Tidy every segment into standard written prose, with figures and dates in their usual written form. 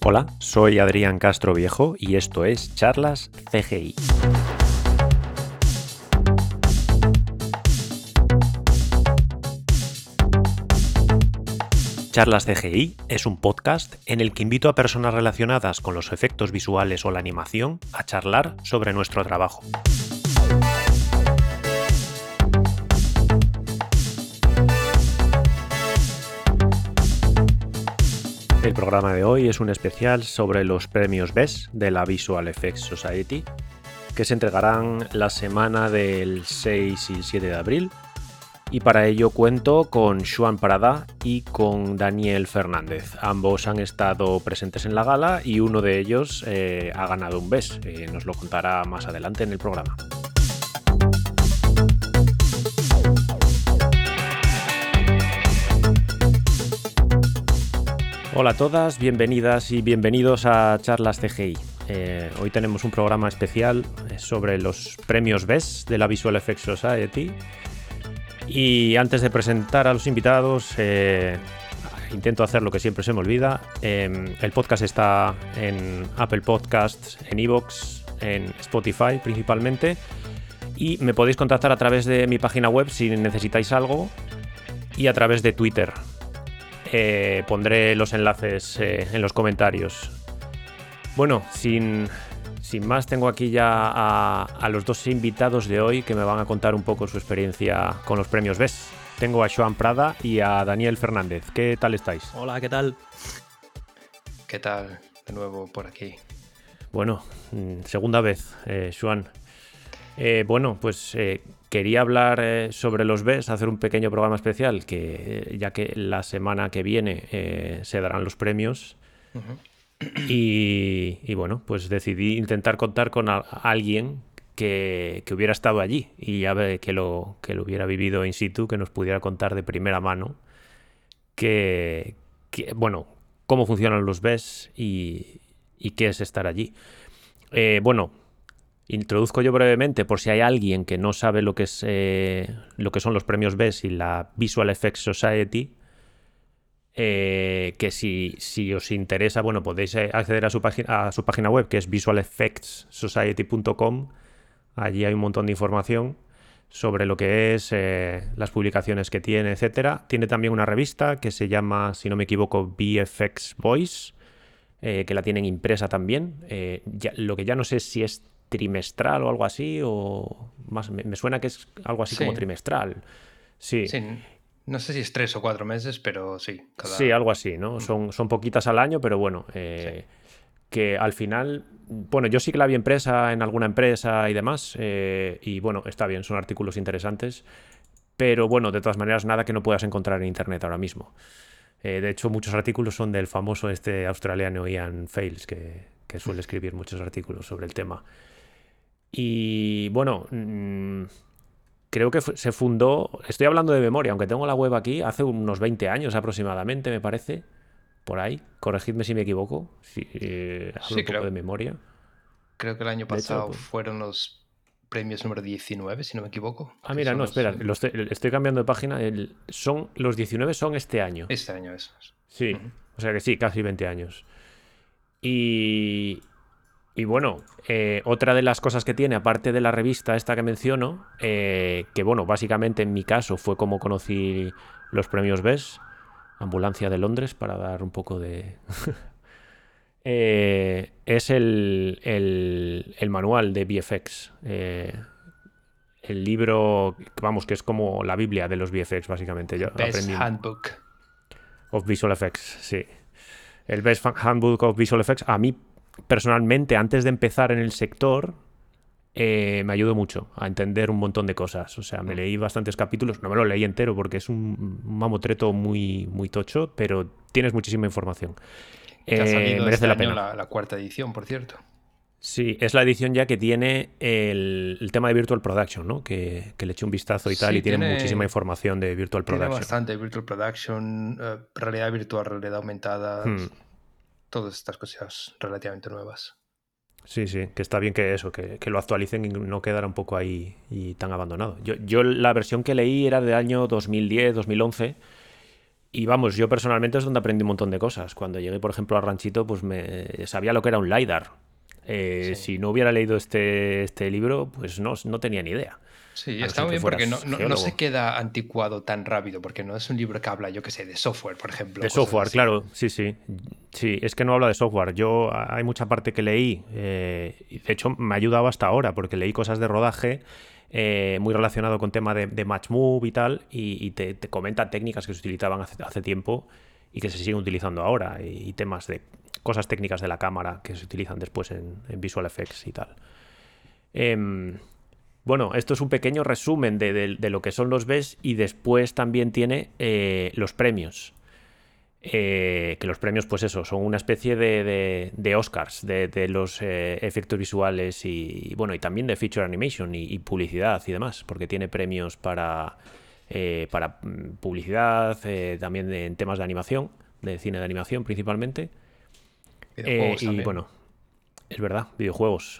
Hola, soy Adrián Castro Viejo y esto es Charlas CGI. Charlas CGI es un podcast en el que invito a personas relacionadas con los efectos visuales o la animación a charlar sobre nuestro trabajo. El programa de hoy es un especial sobre los premios BES de la Visual Effects Society, que se entregarán la semana del 6 y 7 de abril, y para ello cuento con Joan Prada y con Daniel Fernández. Ambos han estado presentes en la gala y uno de ellos ha ganado un BES. Nos lo contará más adelante en el programa. Hola a todas, bienvenidas y bienvenidos a Charlas CGI. Hoy tenemos un programa especial sobre los premios BES de la Visual Effects Society. Y antes de presentar a los invitados, intento hacer lo que siempre se me olvida. El podcast está en Apple Podcasts, en iVoox, en Spotify principalmente. Y me podéis contactar a través de mi página web si necesitáis algo y a través de Twitter. Pondré los enlaces en los comentarios. Bueno, sin más, tengo aquí ya a los dos invitados de hoy que me van a contar un poco su experiencia con los premios BES. Tengo a Joan Prada y a Daniel Fernández. ¿Qué tal estáis? Hola, ¿qué tal? ¿Qué tal? De nuevo por aquí. Bueno, segunda vez, Joan. Quería hablar sobre los BES, hacer un pequeño programa especial, ya que la semana que viene se darán los premios. Uh-huh. Y bueno, pues decidí intentar contar con alguien que hubiera estado allí y ya que lo hubiera vivido in situ, que nos pudiera contar de primera mano cómo funcionan los BES y qué es estar allí. Introduzco yo brevemente por si hay alguien que no sabe lo que son los premios BES y la Visual Effects Society. Que si os interesa, podéis acceder a su página web, que es visualeffectssociety.com. Allí hay un montón de información sobre lo que es las publicaciones que tiene, etcétera. Tiene también una revista que se llama, si no me equivoco, VFX Voice, que la tienen impresa también. Lo que ya no sé si es trimestral o algo así, o más me suena que es algo así como trimestral. Sí. No sé si es 3 o 4 meses, pero sí. Sí, algo así, ¿no? Son poquitas al año, pero bueno, que al final, yo sí que la vi impresa en alguna empresa y demás, y está bien, son artículos interesantes, pero de todas maneras, nada que no puedas encontrar en internet ahora mismo. De hecho, muchos artículos son del famoso australiano Ian Fales, que suele escribir muchos artículos sobre el tema. Y creo que se fundó, estoy hablando de memoria, aunque tengo la web aquí, hace unos 20 años aproximadamente, me parece, por ahí. Corregidme si me equivoco, hablo un poco de memoria. Creo que el año pasado fueron los premios número 19, si no me equivoco. Mira, no, espera, estoy cambiando de página. Los 19 son este año. Este año es. Sí, o sea que sí, casi 20 años. Y otra de las cosas que tiene, aparte de la revista esta que menciono, básicamente en mi caso fue como conocí los premios BES, Ambulancia de Londres, para dar un poco de... es el manual de VFX, el libro, que es como la Biblia de los VFX, básicamente. Best Handbook of Visual Effects, sí. El Best Handbook of Visual Effects, a mí personalmente, antes de empezar en el sector, me ayudó mucho a entender un montón de cosas. O sea, me leí bastantes capítulos, no me lo leí entero porque es un mamotreto muy, muy tocho, pero tienes muchísima información. Ha salido merece este la año pena. La cuarta edición, por cierto. Sí, es la edición ya que tiene el tema de Virtual Production, ¿no? Que le eché un vistazo y tal, y tiene muchísima información de Virtual Production. Tiene bastante Virtual Production, realidad virtual, realidad aumentada, todas estas cosas relativamente nuevas. Sí, que está bien que lo actualicen y no quedara un poco ahí y tan abandonado. Yo la versión que leí era del año 2010, 2011 Y vamos, yo personalmente es donde aprendí un montón de cosas. Cuando llegué, por ejemplo, a Ranchito, pues sabía lo que era un LiDAR. Sí. Si no hubiera leído este libro, pues no tenía ni idea. Sí, A no está ser muy que bien porque fueras no se geólogo. queda anticuado tan rápido, porque no es un libro que habla, yo qué sé, de software, por ejemplo, De cosas software, así. claro, sí, sí. Sí, es que no habla de software. Hay mucha parte que leí, y de hecho me ha ayudado hasta ahora, porque leí cosas de rodaje muy relacionado con tema de Match Move y tal, y te comenta técnicas que se utilizaban hace tiempo y que se siguen utilizando ahora, y temas de cosas técnicas de la cámara que se utilizan después en Visual Effects y tal. Em, bueno, esto es un pequeño resumen de lo que son los BES, y después también tiene los premios. Que los premios, pues eso, son una especie de Oscars de los efectos visuales y también de feature animation y publicidad y demás, porque tiene premios para publicidad, también en temas de animación, de cine de animación principalmente. Videojuegos Y también. bueno, es verdad, videojuegos.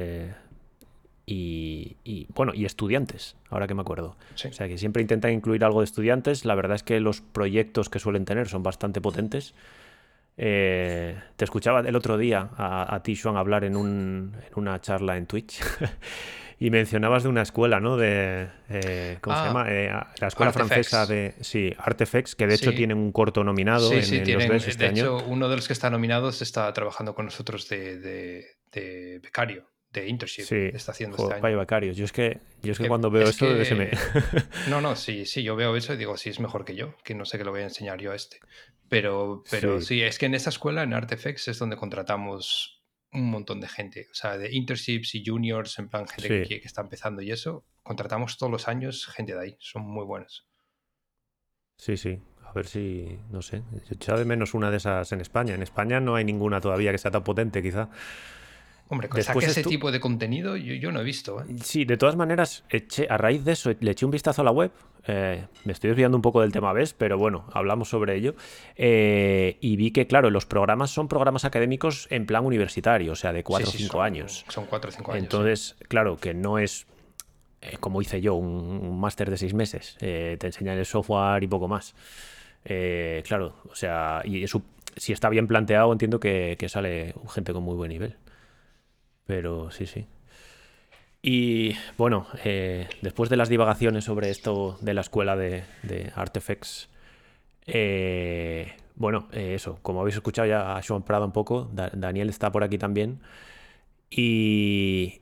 Y estudiantes, ahora que me acuerdo. Sí. O sea, que siempre intentan incluir algo de estudiantes. La verdad es que los proyectos que suelen tener son bastante potentes. Te escuchaba el otro día a ti, Joan, hablar en una charla en Twitch y mencionabas de una escuela, ¿no? ¿Cómo se llama? La escuela francesa Artifacts. de, sí, Artefacts, que de hecho Sí, tienen un corto nominado sí, en los tienen. BES este De año. hecho, uno de los que está nominados está trabajando con nosotros de becario, de internship, Sí, está haciendo este joder, año. vaya becarios. Yo es que Que cuando veo es eso se me... que. No, no, sí, sí, yo veo eso y digo, sí, es mejor que yo, que no sé qué le voy a enseñar yo a este. Pero Sí, sí, es que en esa escuela, en Artifacts, es donde contratamos un montón de gente. O sea, de internships y juniors, en plan gente sí. que está empezando y eso, contratamos todos los años gente de ahí. Son muy buenos. Sí, sí. A ver si, no sé, yo echaba de menos una de esas en España. En España no hay ninguna todavía que sea tan potente, quizá. Hombre, que saque Después ese esto, tipo de contenido, yo no he visto, ¿eh? sí, de todas maneras, a raíz de eso, le eché un vistazo a la web. Me estoy desviando un poco del tema BES, pero bueno, hablamos sobre ello. Y vi que, claro, los programas son programas académicos en plan universitario, o sea, de Sí, 4 o sí, 5 años. son 4 o 5 años, sí. Entonces, claro, que no es como hice yo, un máster de 6 meses. Te enseñan el software y poco más. Claro, o sea, y eso, si está bien planteado, entiendo que sale gente con muy buen nivel. Pero sí, sí. Y bueno, después de las divagaciones sobre esto de la escuela de Artifacts, eso, como habéis escuchado ya a Sean Prada un poco, Daniel está por aquí también. Y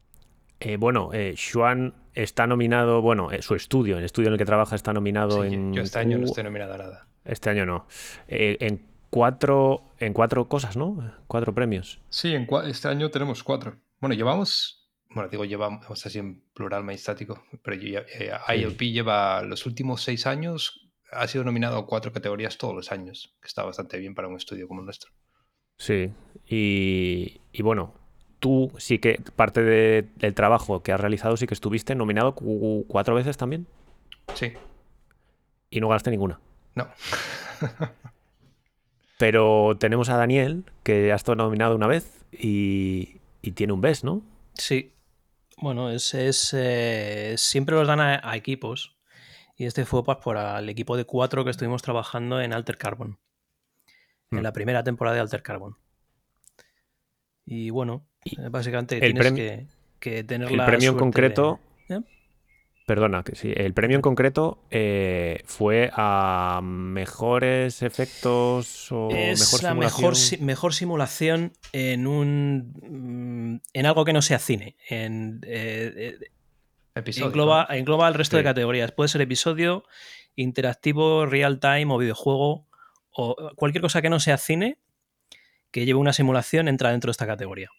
Sean está nominado, su estudio, el estudio en el que trabaja está nominado Sí, yo en este año no estoy nominado a nada. Este año no. En cuatro cosas, ¿no? 4 premios. Sí, este año tenemos 4. Bueno, digo llevamos así en plural majestático, pero Sí. ILP lleva los últimos 6 años, ha sido nominado a 4 categorías todos los años, que está bastante bien para un estudio como el nuestro. Sí. Y bueno, tú sí que parte del trabajo que has realizado sí que estuviste nominado 4 veces también Sí, y no ganaste ninguna. no. Pero tenemos a Daniel, que ha estado nominado una vez y tiene un BES, ¿no? Sí, bueno, siempre los dan a equipos y este fue pues, por el equipo de 4 que estuvimos trabajando en Alter Carbon, en la primera temporada de Alter Carbon. Y bueno, Y básicamente el tienes premio, que tener el la premio en suerte concreto, ¿eh? perdona, que sí, el premio en concreto fue a mejores efectos o mejor Es la simulación. mejor simulación en algo que no sea cine. Episodio, ¿no? Engloba el resto de Sí. categorías. Puede ser episodio, interactivo, real time o videojuego o cualquier cosa que no sea cine que lleve una simulación entra dentro de esta categoría.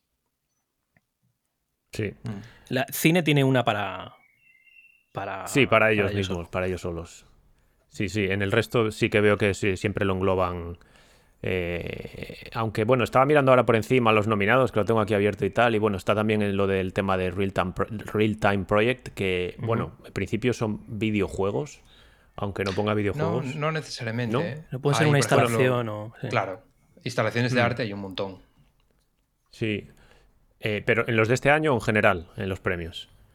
Sí. Cine tiene una Sí, para ellos ellos mismos, solo. para ellos solos. Sí, sí, en el resto sí que veo que siempre lo engloban. Aunque bueno, estaba mirando ahora por encima los nominados, que lo tengo aquí abierto y tal, y bueno, está también en lo del tema de Real Time Project, que bueno, en principio son videojuegos, aunque no ponga No, videojuegos, no necesariamente, ¿no? ¿eh? No puede ser Hay, una por ejemplo, instalación o... Sí. claro, instalaciones de arte hay un montón. Sí. Pero en los de este año o en general, en los premios.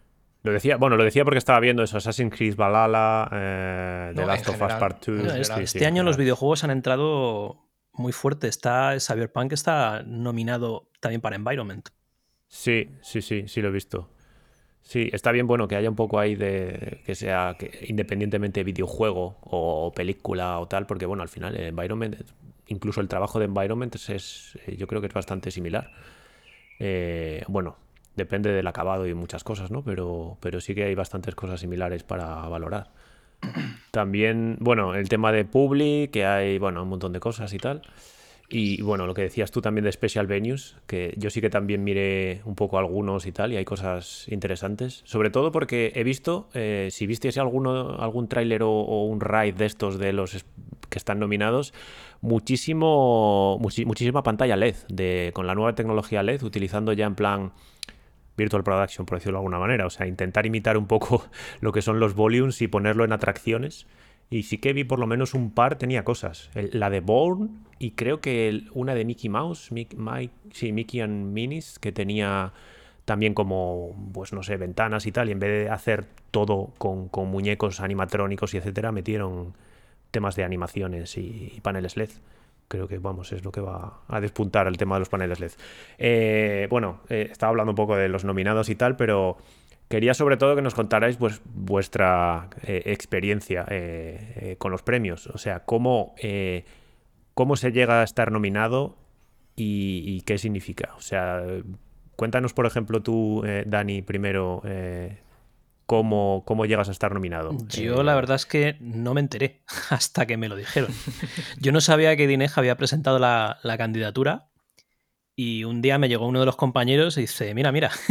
Lo decía porque estaba viendo eso, Assassin's Creed Valhalla, The Last of Us Part 2. No, este año los videojuegos han entrado muy fuerte. Cyberpunk está nominado también para Environment. Sí, lo he visto. Sí, está bien, bueno, que haya un poco ahí que sea independientemente videojuego o película o tal, porque bueno, al final el Environment, incluso el trabajo de Environment yo creo que es bastante similar. Bueno, depende del acabado y muchas cosas, ¿no? Pero sí que hay bastantes cosas similares para valorar. También, bueno, el tema de Publi, que hay, bueno, un montón de cosas y tal. Y bueno, lo que decías tú también de Special Venues, que yo sí que también miré un poco algunos y tal, y hay cosas interesantes. Sobre todo porque he visto, si visteis algún tráiler o un raid de estos de los que están nominados, muchísima pantalla LED, con la nueva tecnología LED, utilizando ya en plan Virtual Production, por decirlo de alguna manera. O sea, intentar imitar un poco lo que son los volumes y ponerlo en atracciones. Y sí que vi por lo menos un par, tenía cosas. La de Bourne y creo que una de Mickey Mouse, Mickey and Minnie's, que tenía también como, pues no sé, ventanas y tal. Y en vez de hacer todo con muñecos animatrónicos y etcétera, metieron temas de animaciones y paneles LED. Creo que, vamos, es lo que va a despuntar el tema de los paneles LED. Estaba hablando un poco de los nominados y tal, pero quería sobre todo que nos contarais pues, vuestra experiencia con los premios. O sea, cómo se llega a estar nominado y qué significa. O sea, cuéntanos, por ejemplo, tú, Dani, primero, cómo llegas a estar nominado. Yo la verdad es que no me enteré hasta que me lo dijeron. Yo no sabía que Dinej había presentado la candidatura y un día me llegó uno de los compañeros y dice, mira,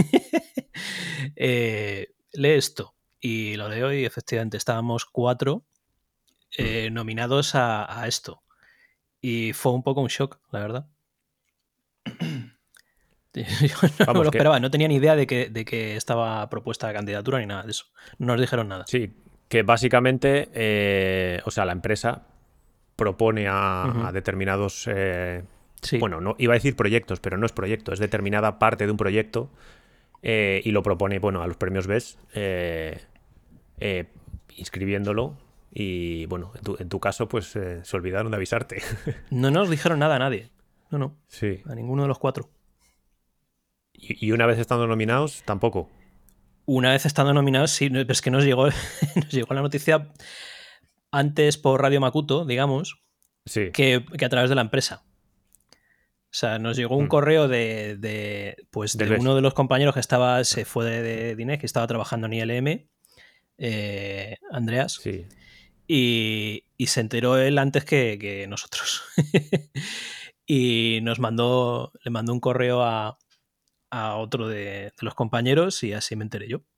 lee esto. Y lo leo y efectivamente estábamos 4 nominados a esto. Y fue un poco un shock, la verdad. Yo no me lo esperaba, no tenía ni idea de que estaba propuesta la candidatura ni nada de eso. No nos dijeron nada. Sí, que básicamente, o sea, la empresa propone a determinados... Sí. Bueno, no iba a decir proyectos, pero no es proyecto, es determinada parte de un proyecto y lo propone, bueno, a los premios BES inscribiéndolo y, bueno, en tu caso, pues se olvidaron de avisarte. No nos dijeron nada a nadie. No. Sí. A ninguno de los 4. ¿Y una vez estando nominados, tampoco? Una vez estando nominados, sí, pero es que nos llegó la noticia antes por Radio Makuto, digamos, sí. que a través de la empresa. O sea, nos llegó un correo de uno de los compañeros que se fue de Dinej, que estaba trabajando en ILM, Andreas, sí. y se enteró él antes que nosotros. Y le mandó un correo a otro de los compañeros y así me enteré yo.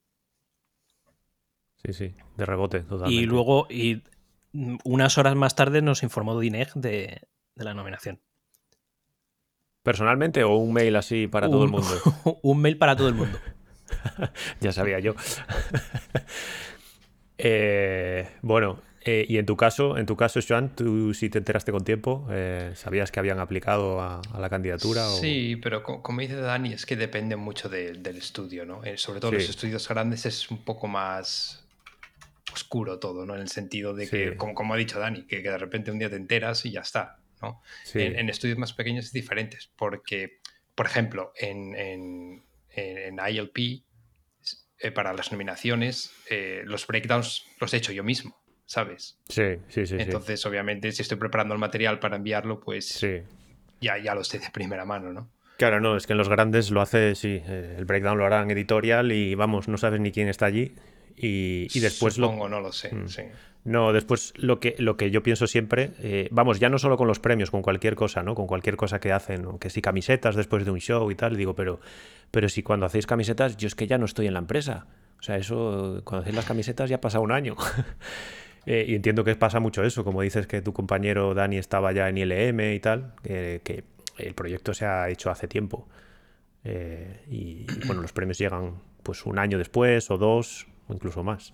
Sí, de rebote, totalmente. Y luego, unas horas más tarde nos informó Dinej de la nominación. ¿Personalmente o un mail así para todo el mundo? Un mail para todo el mundo. Ya sabía yo. Bueno, y en tu caso, Joan, tú sí te enteraste con tiempo, ¿sabías que habían aplicado a la candidatura? Sí, pero como dice Dani, es que depende mucho del estudio, ¿no? Sobre todo los estudios grandes es un poco más oscuro todo, ¿no? En el sentido de que, como ha dicho Dani, que de repente un día te enteras y ya está, ¿no? Sí. En estudios más pequeños es diferente, porque, por ejemplo, en ILP, para las nominaciones, los breakdowns los he hecho yo mismo, ¿sabes? Sí. Entonces, obviamente, si estoy preparando el material para enviarlo, pues ya lo sé de primera mano, ¿no? Claro, no, es que en los grandes lo hace, el breakdown lo harán editorial y vamos, no sabes ni quién está allí. Y después Supongo, no lo sé, sí. No, después lo que yo pienso siempre, vamos, ya no solo con los premios, con cualquier cosa, ¿no? Con cualquier cosa que hacen, ¿no? Que si camisetas después de un show y tal, digo, pero si cuando hacéis camisetas, yo es que ya no estoy en la empresa. O sea, eso, cuando hacéis las camisetas ya ha pasado un año. Y entiendo que pasa mucho eso, como dices que tu compañero Dani estaba ya en ILM y tal, que el proyecto se ha hecho hace tiempo. Y bueno, los premios llegan pues un año después o 2 o incluso más.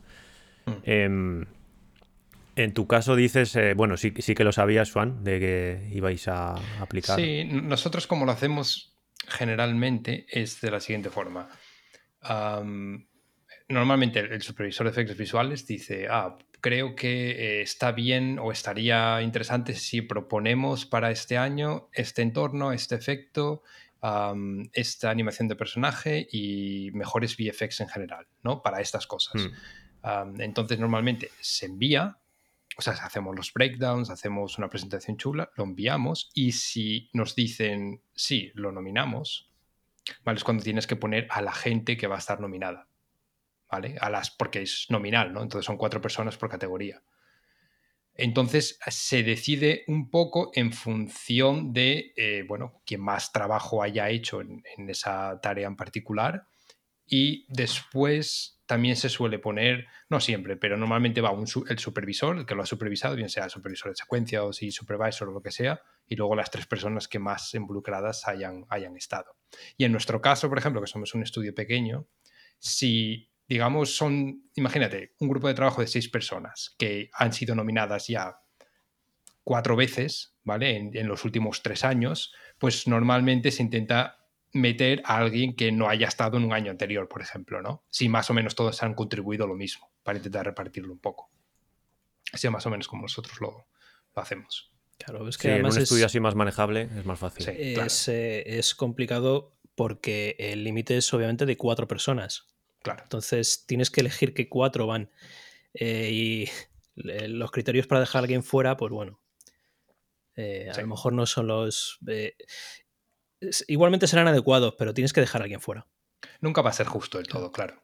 En tu caso dices, bueno, sí que lo sabías, Juan, de que ibais a aplicar. Sí, nosotros como lo hacemos generalmente es de la siguiente forma. normalmente el supervisor de efectos visuales dice, creo que está bien o estaría interesante si proponemos para este año este entorno, este efecto, esta animación de personaje y mejores VFX en general, ¿no? Para estas cosas. Entonces, normalmente se envía, o sea, hacemos los breakdowns, hacemos una presentación chula, lo enviamos y si nos dicen sí, lo nominamos, ¿vale? Es cuando tienes que poner a la gente que va a estar nominada, ¿vale? Porque es nominal, ¿no? Entonces son 4 personas por categoría. Entonces se decide un poco en función de, quién más trabajo haya hecho en esa tarea en particular, y después también se suele poner, no siempre, pero normalmente va el supervisor, el que lo ha supervisado, bien sea el supervisor de secuencia o si supervisor o lo que sea, y luego las 3 personas que más involucradas hayan estado. Y en nuestro caso, por ejemplo, que somos un estudio pequeño, si digamos imagínate, un grupo de trabajo de 6 personas que han sido nominadas ya 4 veces, ¿vale? En los últimos 3 años, pues normalmente se intenta meter a alguien que no haya estado en un año anterior, por ejemplo, ¿no? Si más o menos todos han contribuido lo mismo, para intentar repartirlo un poco. Así más o menos como nosotros lo hacemos. Claro, es que sí, además en un estudio así más manejable es más fácil. Sí, claro. Es complicado porque el límite es obviamente de 4 personas. Claro. Entonces tienes que elegir qué 4 van. Y los criterios para dejar a alguien fuera, pues bueno, a lo mejor no son los... igualmente serán adecuados, pero tienes que dejar a alguien fuera. Nunca va a ser justo del todo, claro.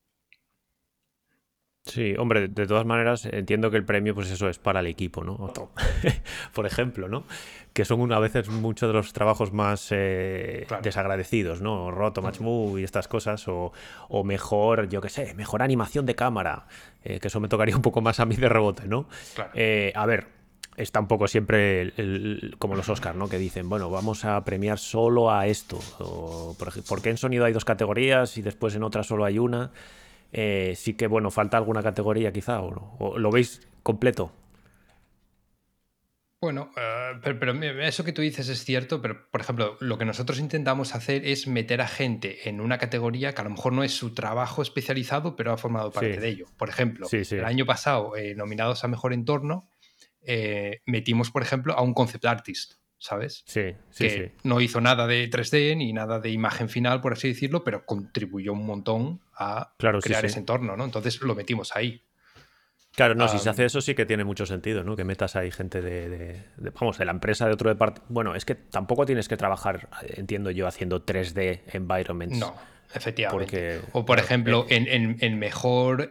Sí, hombre, de todas maneras entiendo que el premio, pues eso es para el equipo, ¿no? Por ejemplo, ¿no? Que son a veces muchos de los trabajos más desagradecidos, ¿no? Roto, Match Move y estas cosas, o mejor, yo qué sé, mejor animación de cámara, que eso me tocaría un poco más a mí de rebote, ¿no? Claro. A ver, está un poco siempre como los Oscars, ¿no? Que dicen, bueno, vamos a premiar solo a esto, o ¿por qué en sonido hay 2 categorías y después en otra solo hay una? Sí que, bueno, falta alguna categoría quizá, o lo veis completo. Bueno, pero eso que tú dices es cierto, pero por ejemplo, lo que nosotros intentamos hacer es meter a gente en una categoría que a lo mejor no es su trabajo especializado, pero ha formado parte de ello. Por ejemplo, el año pasado, nominados a Mejor Entorno, metimos, por ejemplo, a un concept artist, ¿sabes? Que no hizo nada de 3D ni nada de imagen final, por así decirlo, pero contribuyó un montón a crear ese entorno, ¿no? Entonces lo metimos ahí. Claro, no, si se hace eso sí que tiene mucho sentido, ¿no? Que metas ahí gente de la empresa de otro departamento. Bueno, es que tampoco tienes que trabajar, entiendo yo, haciendo 3D environments. No, efectivamente. O por ejemplo, en mejor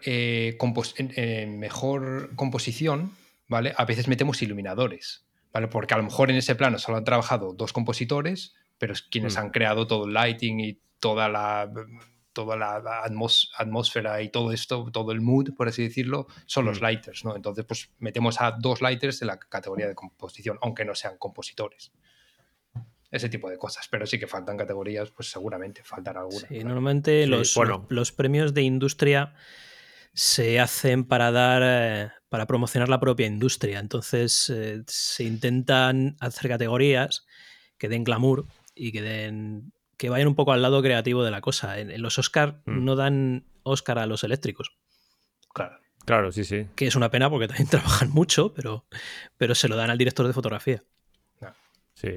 composición, ¿vale? A veces metemos iluminadores, ¿vale? Porque a lo mejor en ese plano solo han trabajado 2 compositores, pero es quienes han creado todo el lighting y toda la atmósfera y todo esto, todo el mood, por así decirlo, son los lighters, ¿no? Entonces, pues metemos a 2 lighters en la categoría de composición, aunque no sean compositores. Ese tipo de cosas, pero sí que faltan categorías, pues seguramente faltará alguna. Sí, claro. Normalmente los premios de industria se hacen para promocionar la propia industria, entonces se intentan hacer categorías que den glamour y que vayan un poco al lado creativo de la cosa. En los Oscar no dan Oscar a los eléctricos. Claro, sí. Que es una pena porque también trabajan mucho, pero se lo dan al director de fotografía. Sí.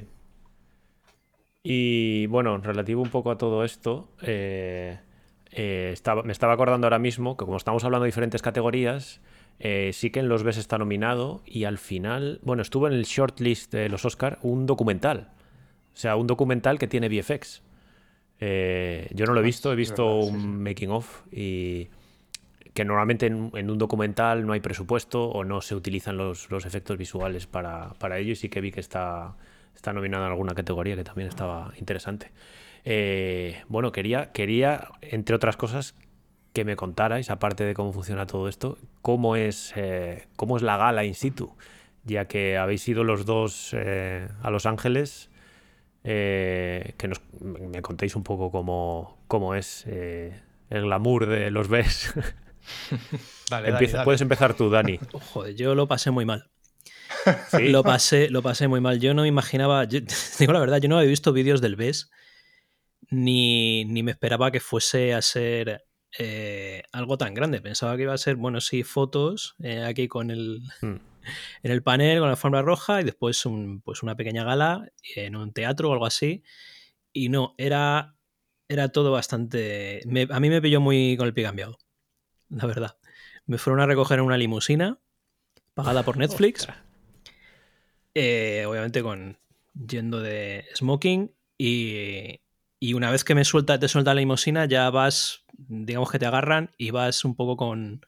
Y bueno, relativo un poco a todo esto, me estaba acordando ahora mismo que como estamos hablando de diferentes categorías, sí que en los BES está nominado y al final, bueno, estuvo en el shortlist de los Oscar un documental. O sea, un documental que tiene VFX. Yo no lo he visto un making of y que normalmente en un documental no hay presupuesto o no se utilizan los efectos visuales para ello, y sí que vi que está nominada en alguna categoría que también estaba interesante. Bueno, quería, entre otras cosas, que me contarais, aparte de cómo funciona todo esto, cómo es la gala in situ, ya que habéis ido los dos a Los Ángeles. Que me contéis un poco cómo es el glamour de los BES. Dale. Puedes empezar tú, Dani. Joder, yo lo pasé muy mal. ¿Sí? Lo pasé muy mal. Yo no me imaginaba, digo la verdad, yo no había visto vídeos del BES ni me esperaba que fuese a ser algo tan grande. Pensaba que iba a ser, bueno, sí, fotos aquí con en el panel, con la alfombra roja y después pues una pequeña gala en un teatro o algo así. Y no, era todo bastante... a mí me pilló muy con el pie cambiado, la verdad. Me fueron a recoger en una limusina pagada por Netflix. Obviamente yendo de smoking y una vez que te suelta la limusina ya vas, digamos que te agarran y vas un poco con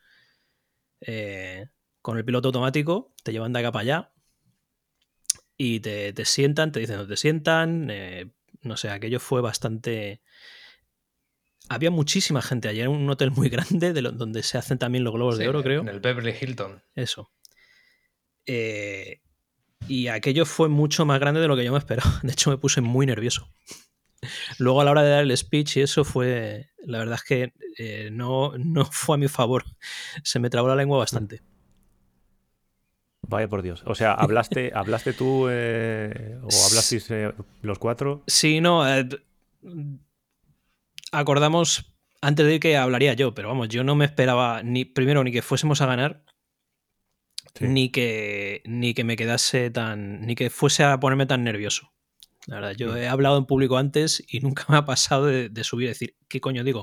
el piloto automático, te llevan de acá para allá y te sientan, te dicen dónde te sientan, no sé, aquello fue bastante... Había muchísima gente allí, era un hotel muy grande donde se hacen también los globos de oro, creo. En el Beverly Hilton. Eso. Y aquello fue mucho más grande de lo que yo me esperaba. De hecho, me puse muy nervioso. Luego, a la hora de dar el speech y eso fue... La verdad es que no fue a mi favor. Se me trabó la lengua bastante. Vaya por Dios. O sea, ¿hablaste tú o hablasteis los cuatro? Sí, no... acordamos antes de ir que hablaría yo, pero vamos, yo no me esperaba ni que fuésemos a ganar, sí, ni que me quedase ni que fuese a ponerme tan nervioso. La verdad, yo he hablado en público antes y nunca me ha pasado de subir y decir, ¿qué coño digo?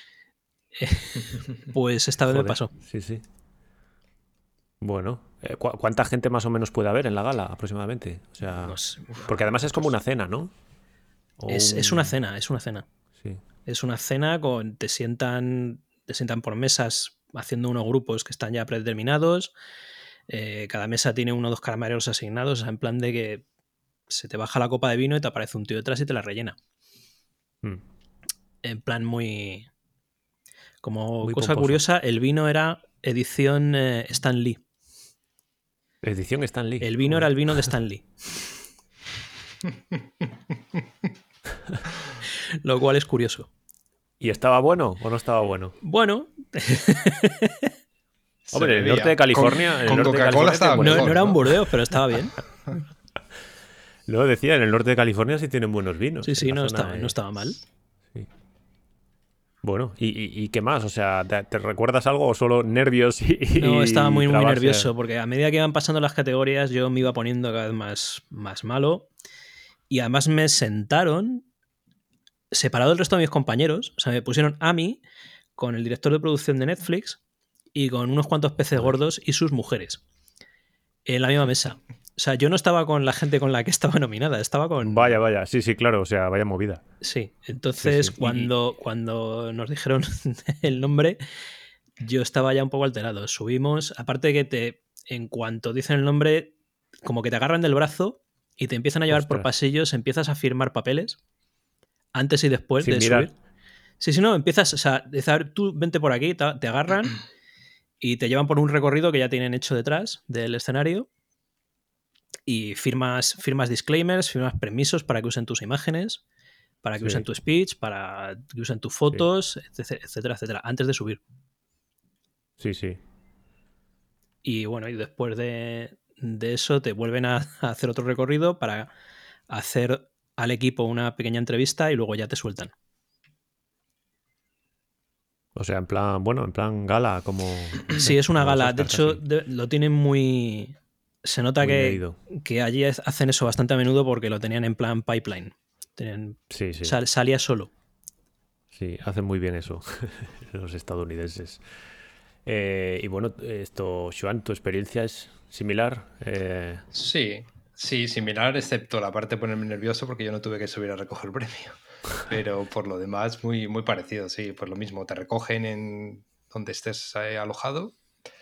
Pues esta vez me pasó. Sí, sí. Bueno, ¿cuánta gente más o menos puede haber en la gala aproximadamente? O sea, no sé, porque además es como una cena, ¿no? Es una cena, es una cena. Sí. Es una cena te sientan por mesas haciendo unos grupos que están ya predeterminados. Cada mesa tiene 1 o 2 camareros asignados, o sea, en plan de que se te baja la copa de vino y te aparece un tío detrás y te la rellena. En plan muy... Como muy cosa pomposo. Curiosa, el vino era edición Stan Lee. ¿Edición Stan Lee? El vino era el vino de Stan Lee. Lo cual es curioso. ¿Y estaba bueno o no estaba bueno? Bueno. Hombre, en el norte de California... Con Coca-Cola estaba mejor, no era un Burdeos, pero estaba bien. Lo decía, en el norte de California sí tienen buenos vinos. Sí, no estaba mal. Sí. Bueno, ¿y qué más? O sea, ¿te recuerdas algo o solo nervios No, estaba muy nervioso porque a medida que iban pasando las categorías yo me iba poniendo cada vez más malo y además me sentaron separado del resto de mis compañeros. O sea, me pusieron a mí con el director de producción de Netflix y con unos cuantos peces gordos y sus mujeres en la misma mesa. O sea, yo no estaba con la gente con la que estaba nominada, estaba con... Vaya, sí, claro, o sea, vaya movida. Sí, entonces sí. Cuando nos dijeron el nombre, yo estaba ya un poco alterado. Subimos, aparte de que en cuanto dicen el nombre, como que te agarran del brazo y te empiezan a llevar por pasillos, empiezas a firmar papeles antes y después de subir. Sí, no, empiezas, o sea, tú vente por aquí, te agarran y te llevan por un recorrido que ya tienen hecho detrás del escenario y firmas disclaimers, firmas permisos para que usen tus imágenes, para que usen tu speech, para que usen tus fotos, etcétera, antes de subir. Sí. Y bueno, y después de eso te vuelven a hacer otro recorrido para hacer al equipo una pequeña entrevista y luego ya te sueltan. O sea, en plan gala, como... Sí, es una gala. De hecho, lo tienen muy... Se nota que allí hacen eso bastante a menudo porque lo tenían en plan pipeline. Sí. Salía solo. Sí, hacen muy bien eso los estadounidenses. Y bueno, Xuan, ¿tu experiencia es similar? Sí, similar, excepto la parte de ponerme nervioso porque yo no tuve que subir a recoger el premio. Pero por lo demás, muy, muy parecido, sí. Pues lo mismo, te recogen en donde estés alojado,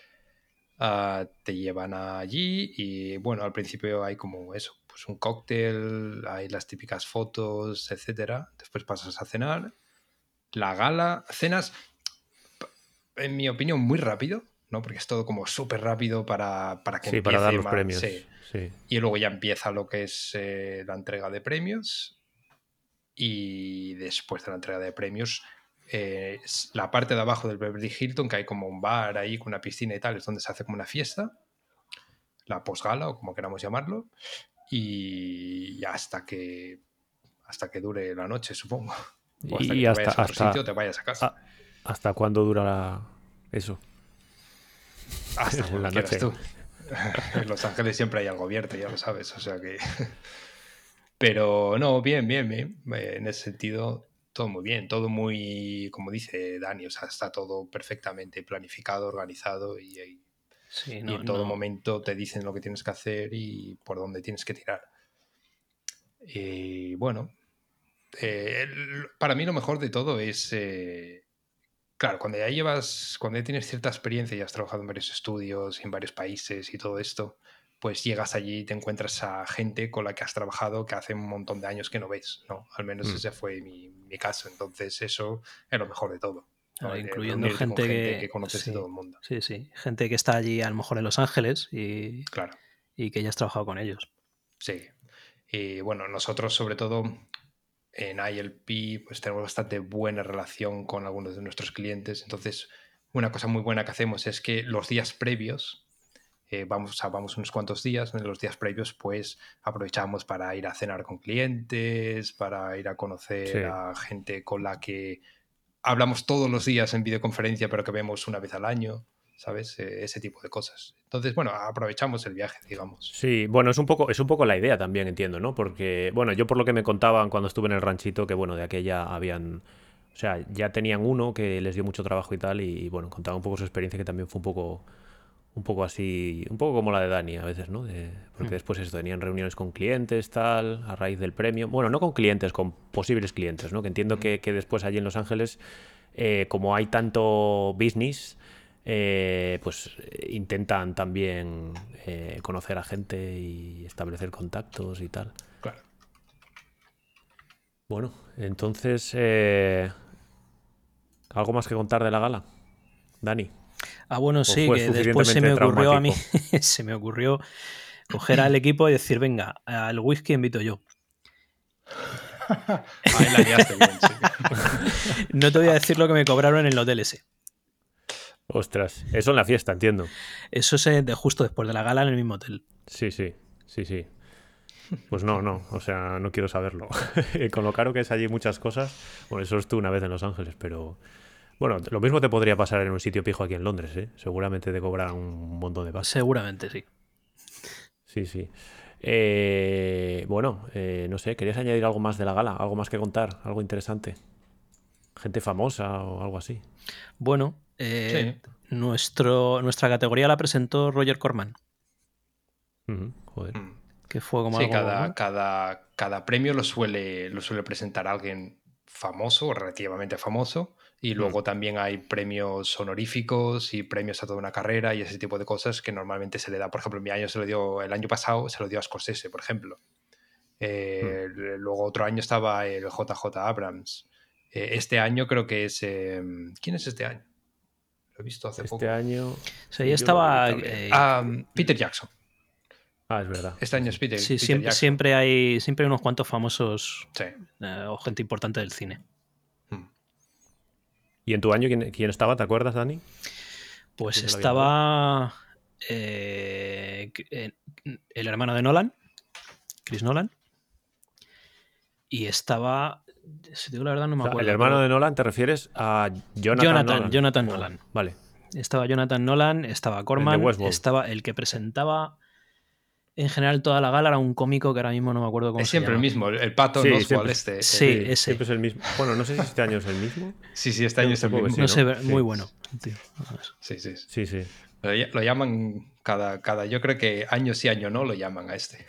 te llevan allí y bueno, al principio hay como eso, pues un cóctel, hay las típicas fotos, etcétera. Después pasas a cenar. La gala, cenas, en mi opinión, muy rápido, ¿no? Porque es todo como súper rápido para que empiece para dar los premios. Sí. Y luego ya empieza lo que es la entrega de premios. Y después de la entrega de premios, la parte de abajo del Beverly Hilton, que hay como un bar ahí con una piscina y tal, es donde se hace como una fiesta, la posgala o como queramos llamarlo, y hasta que dure la noche, supongo. O hasta que te vayas a otro sitio o te vayas a casa. ¿Hasta cuándo dura eso? Hasta En la cuando quieras noche. tú. En Los Ángeles siempre hay algo abierto, ya lo sabes, o sea que... Pero no, bien. En ese sentido, todo muy bien, todo muy, como dice Dani, o sea, está todo perfectamente planificado, organizado Sí, y en todo momento te dicen lo que tienes que hacer y por dónde tienes que tirar. Y bueno, para mí lo mejor de todo es, claro, cuando ya tienes cierta experiencia y has trabajado en varios estudios, en varios países y todo esto, pues llegas allí y te encuentras a gente con la que has trabajado que hace un montón de años que no ves, ¿no? Al menos ese fue mi caso. Entonces eso es lo mejor de todo, ¿no? incluyendo Reunirte con gente gente que... que conoces de todo Sí, el mundo. sí. Gente que está allí a lo mejor en Los Ángeles Claro, y que ya has trabajado con ellos. sí. Y bueno, nosotros sobre todo en ILP pues tenemos bastante buena relación con algunos de nuestros clientes. Entonces, una cosa muy buena que hacemos es que los días previos, vamos unos cuantos días, en los días previos pues aprovechamos para ir a cenar con clientes, para ir a conocer Sí. a gente con la que hablamos todos los días en videoconferencia, pero que vemos una vez al año, ¿sabes? Ese tipo de cosas. Entonces, bueno, aprovechamos el viaje, digamos. Sí, bueno, es un poco la idea también, entiendo, ¿no? Porque, bueno, yo por lo que me contaban cuando estuve en el ranchito, que bueno, de aquella habían, o sea, ya tenían uno que les dio mucho trabajo y tal, y bueno, contaba un poco su experiencia, que también fue un poco así, un poco como la de Dani a veces, ¿no? Porque después esto, tenían reuniones con clientes, tal, a raíz del premio. Bueno, no con clientes, con posibles clientes, ¿no? Que entiendo que después allí en Los Ángeles, como hay tanto business, pues intentan también conocer a gente y establecer contactos y tal. Claro. Bueno, entonces, ¿algo más que contar de la gala, Dani? Bueno, ¿O sí, fue que después se me suficientemente ocurrió a mí, traumático? se me ocurrió coger al equipo y decir, venga, al whisky invito yo. Ahí la liaste bien, sí. No te voy a decir lo que me cobraron en el hotel ese. Ostras, eso en la fiesta, entiendo. Eso es justo después de la gala en el mismo hotel. Sí. Pues no, o sea, no quiero saberlo. Con lo caro que es allí muchas cosas. Bueno, eso estuve una vez en Los Ángeles, pero bueno, lo mismo te podría pasar en un sitio pijo aquí en Londres, ¿eh? Seguramente te cobran un montón de pasta. Seguramente, sí. Sí. Bueno, no sé, ¿querías añadir algo más de la gala? ¿Algo más que contar? ¿Algo interesante? ¿Gente famosa o algo así? Bueno, Sí. nuestra categoría la presentó Roger Corman, Joder. que fue como Sí, algo, cada, bueno, cada premio lo suele presentar alguien famoso o relativamente famoso. Y luego también hay premios honoríficos y premios a toda una carrera y ese tipo de cosas que normalmente se le da. Por ejemplo, el año pasado se lo dio a Scorsese, por ejemplo. Luego otro año estaba el JJ Abrams. Este año creo que es... ¿quién es este año? Lo he visto hace Este poco. año, o sea, ya sí, yo lo vi estaba... también. Peter Jackson. Es verdad. Este año es Peter, sí, Peter Jackson. siempre hay unos cuantos famosos Sí. o gente importante del cine. ¿Y en tu año quién estaba? ¿Te acuerdas, Dani? Pues ¿Quién se lo habían dado? estaba el hermano de Nolan, Chris Nolan, y estaba, si te digo la verdad no me O sea, el acuerdo, hermano pero de Nolan, ¿te refieres a Jonathan Nolan? Jonathan Oh, Nolan. vale. Estaba Jonathan Nolan, estaba El de Corman, Westworld. estaba el que presentaba en general toda la gala, era un cómico que ahora mismo no me acuerdo cómo Es se siempre el llama. mismo, el Patton Sí, Oswalt siempre, este. Sí, sí, ese. siempre es el mismo. Bueno, no sé si este año es el mismo. Sí, este año es el Supongo que mismo. sí, No sé, ¿no? muy Sí. bueno. Tío. Sí. Sí. Lo llaman yo creo que año sí, año no, lo llaman a este.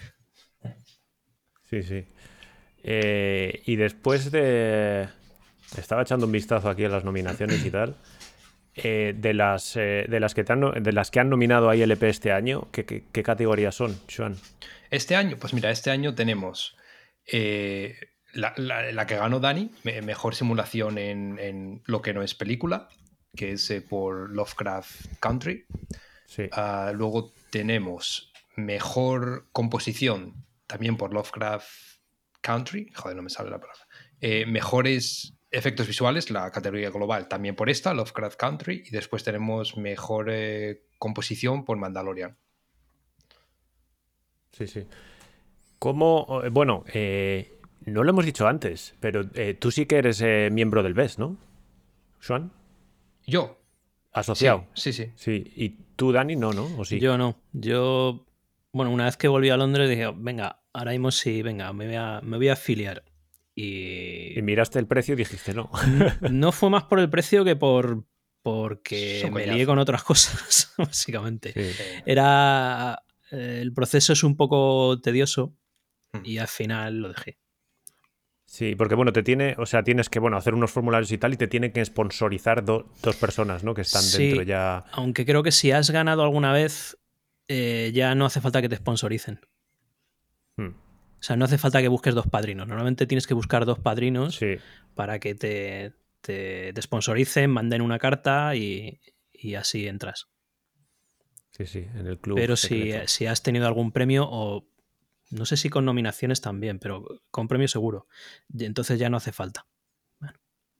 Sí. Y después de... Estaba echando un vistazo aquí a las nominaciones y tal. De las que han nominado a ILP este año, ¿qué categorías son, Joan? Este año, pues mira, este año tenemos la que ganó Dani, mejor simulación en lo que no es película, que es por Lovecraft Country. Sí. Luego tenemos mejor composición, también por Lovecraft Country. Joder, no me sale la palabra. Mejores efectos visuales, la categoría global, también por esta, Lovecraft Country. Y después tenemos mejor composición por Mandalorian. Sí. ¿Cómo? Bueno, no lo hemos dicho antes, pero tú sí que eres miembro del BES, ¿no, Joan? Yo. ¿Asociado? Sí. Sí. ¿Y tú, Dani, no? ¿O sí? Yo no. Yo, bueno, una vez que volví a Londres dije, venga, ahora mismo sí, venga, me voy a afiliar. Y miraste el precio y dijiste no. No fue más por el precio que porque me lié con otras cosas, básicamente. Sí. El proceso es un poco tedioso y al final lo dejé. Sí, porque bueno, tienes que hacer unos formularios y tal, y te tienen que sponsorizar dos personas, ¿no? Que están dentro ya. Aunque creo que si has ganado alguna vez, ya no hace falta que te sponsoricen. O sea, no hace falta que busques 2 padrinos. Normalmente tienes que buscar 2 padrinos para que te sponsoricen, manden una carta y así entras. Sí, en el club. Pero secreto. si has tenido algún premio, o no sé si con nominaciones también, pero con premio seguro, entonces ya no hace falta. Bueno.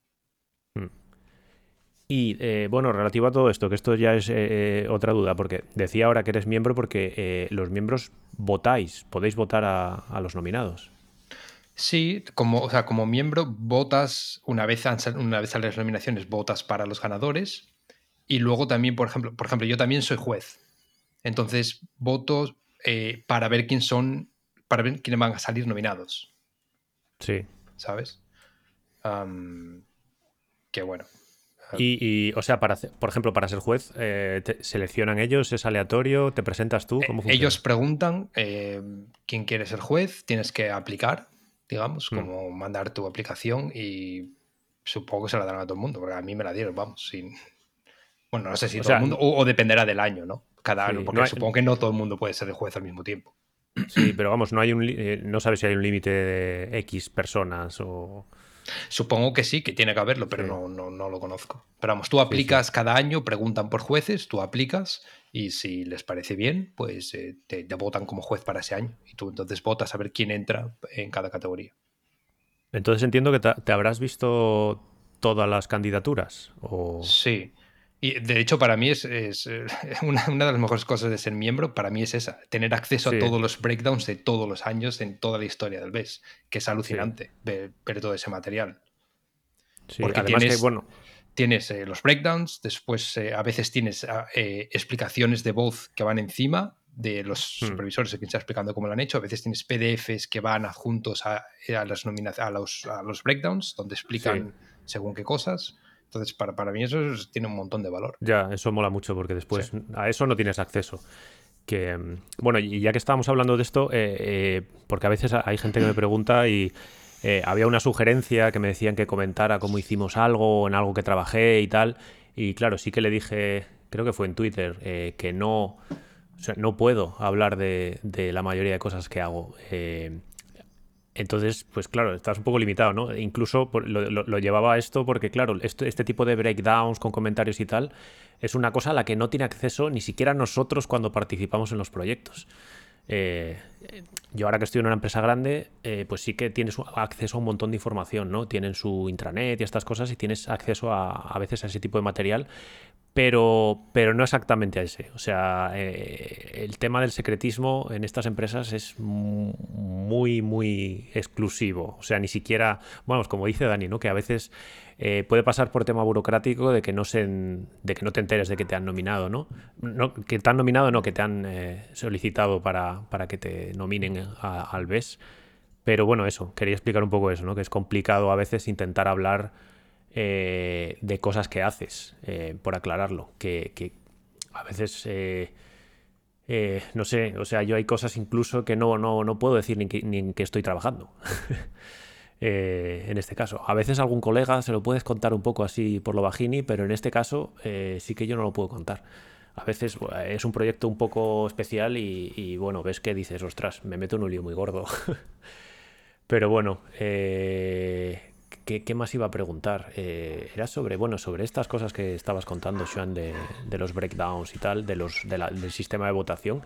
Y bueno, relativo a todo esto, que esto ya es otra duda, porque decía ahora que eres miembro porque los miembros votáis, podéis votar a los nominados. Sí, como miembro votas, una vez salen las nominaciones, votas para los ganadores. Y luego también, por ejemplo, yo también soy juez. Entonces voto para ver quiénes van a salir nominados. Sí. ¿Sabes? Que bueno. Y o sea, por ejemplo, para ser juez, te seleccionan ellos, es aleatorio, te presentas tú, ¿cómo funciona? Ellos preguntan quién quiere ser juez, tienes que aplicar, digamos, como mandar tu aplicación, y supongo que se la darán a todo el mundo, porque a mí me la dieron, vamos, sin... Bueno, no sé si todo el mundo, o dependerá del año, ¿no? Cada año, porque supongo que no todo el mundo puede ser juez al mismo tiempo. Sí, pero vamos, no sabes si hay un límite de X personas o... Supongo que sí, que tiene que haberlo, pero no lo conozco. Pero vamos, tú aplicas cada año, preguntan por jueces, tú aplicas y si les parece bien, pues te votan como juez para ese año. Y tú entonces votas a ver quién entra en cada categoría. Entonces entiendo que te habrás visto todas las candidaturas. Sí. Y de hecho, para mí es una de las mejores cosas de ser miembro, para mí es esa, tener acceso a todos los breakdowns de todos los años en toda la historia del BES, que es alucinante ver todo ese material. Sí, porque además tienes los breakdowns, después a veces tienes explicaciones de voz que van encima de los supervisores de quien está explicando cómo lo han hecho, a veces tienes PDFs que van adjuntos a los breakdowns, donde explican según qué cosas. Entonces, para mí eso tiene un montón de valor. Ya, eso mola mucho porque después a eso no tienes acceso. Que, bueno, y ya que estábamos hablando de esto, porque a veces hay gente que me pregunta y había una sugerencia que me decían que comentara cómo hicimos algo, en algo que trabajé y tal. Y claro, sí que le dije, creo que fue en Twitter, que no, o sea, no puedo hablar de la mayoría de cosas que hago. Entonces, pues claro, estás un poco limitado, ¿no? Incluso lo llevaba a esto porque, claro, este tipo de breakdowns con comentarios y tal es una cosa a la que no tiene acceso ni siquiera nosotros cuando participamos en los proyectos. Yo ahora que estoy en una empresa grande, pues sí que tienes acceso a un montón de información, ¿no? Tienen su intranet y estas cosas y tienes acceso a veces a ese tipo de material, pero no exactamente a ese. O sea, el tema del secretismo en estas empresas es muy, muy exclusivo. O sea, ni siquiera, vamos, como dice Dani, ¿no? Que a veces puede pasar por tema burocrático de que no te enteres de que te han nominado, ¿no? Que te han nominado, no, que te han solicitado para que te nominen al BES. Pero bueno, eso, quería explicar un poco eso, ¿no? Que es complicado a veces intentar hablar de cosas que haces, por aclararlo, que a veces no sé, o sea, yo hay cosas incluso que no puedo decir ni en qué estoy trabajando. En este caso, a veces algún colega se lo puedes contar un poco así por lo bajini, pero en este caso sí que yo no lo puedo contar. A veces es un proyecto un poco especial y bueno, ves que dices, ostras, me meto en un lío muy gordo. Pero bueno, ¿qué más iba a preguntar? Era sobre estas cosas que estabas contando, Joan, de los breakdowns y tal, del sistema de votación.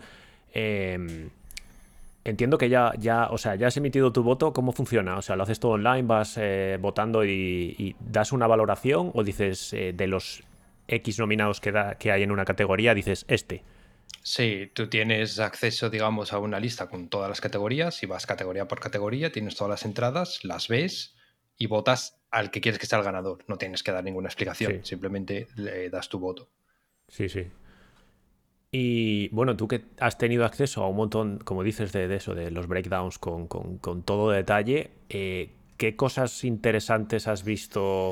Entiendo que ya has emitido tu voto. ¿Cómo funciona? O sea, ¿lo haces todo online, vas votando y das una valoración, o dices de los X nominados que hay en una categoría, dices este? Sí, tú tienes acceso, digamos, a una lista con todas las categorías y vas categoría por categoría, tienes todas las entradas, las ves y votas al que quieres que sea el ganador. No tienes que dar ninguna explicación, Sí. simplemente le das tu voto. Sí, sí. Y bueno, tú que has tenido acceso a un montón, como dices, de eso, de los breakdowns con todo detalle, ¿qué cosas interesantes has visto?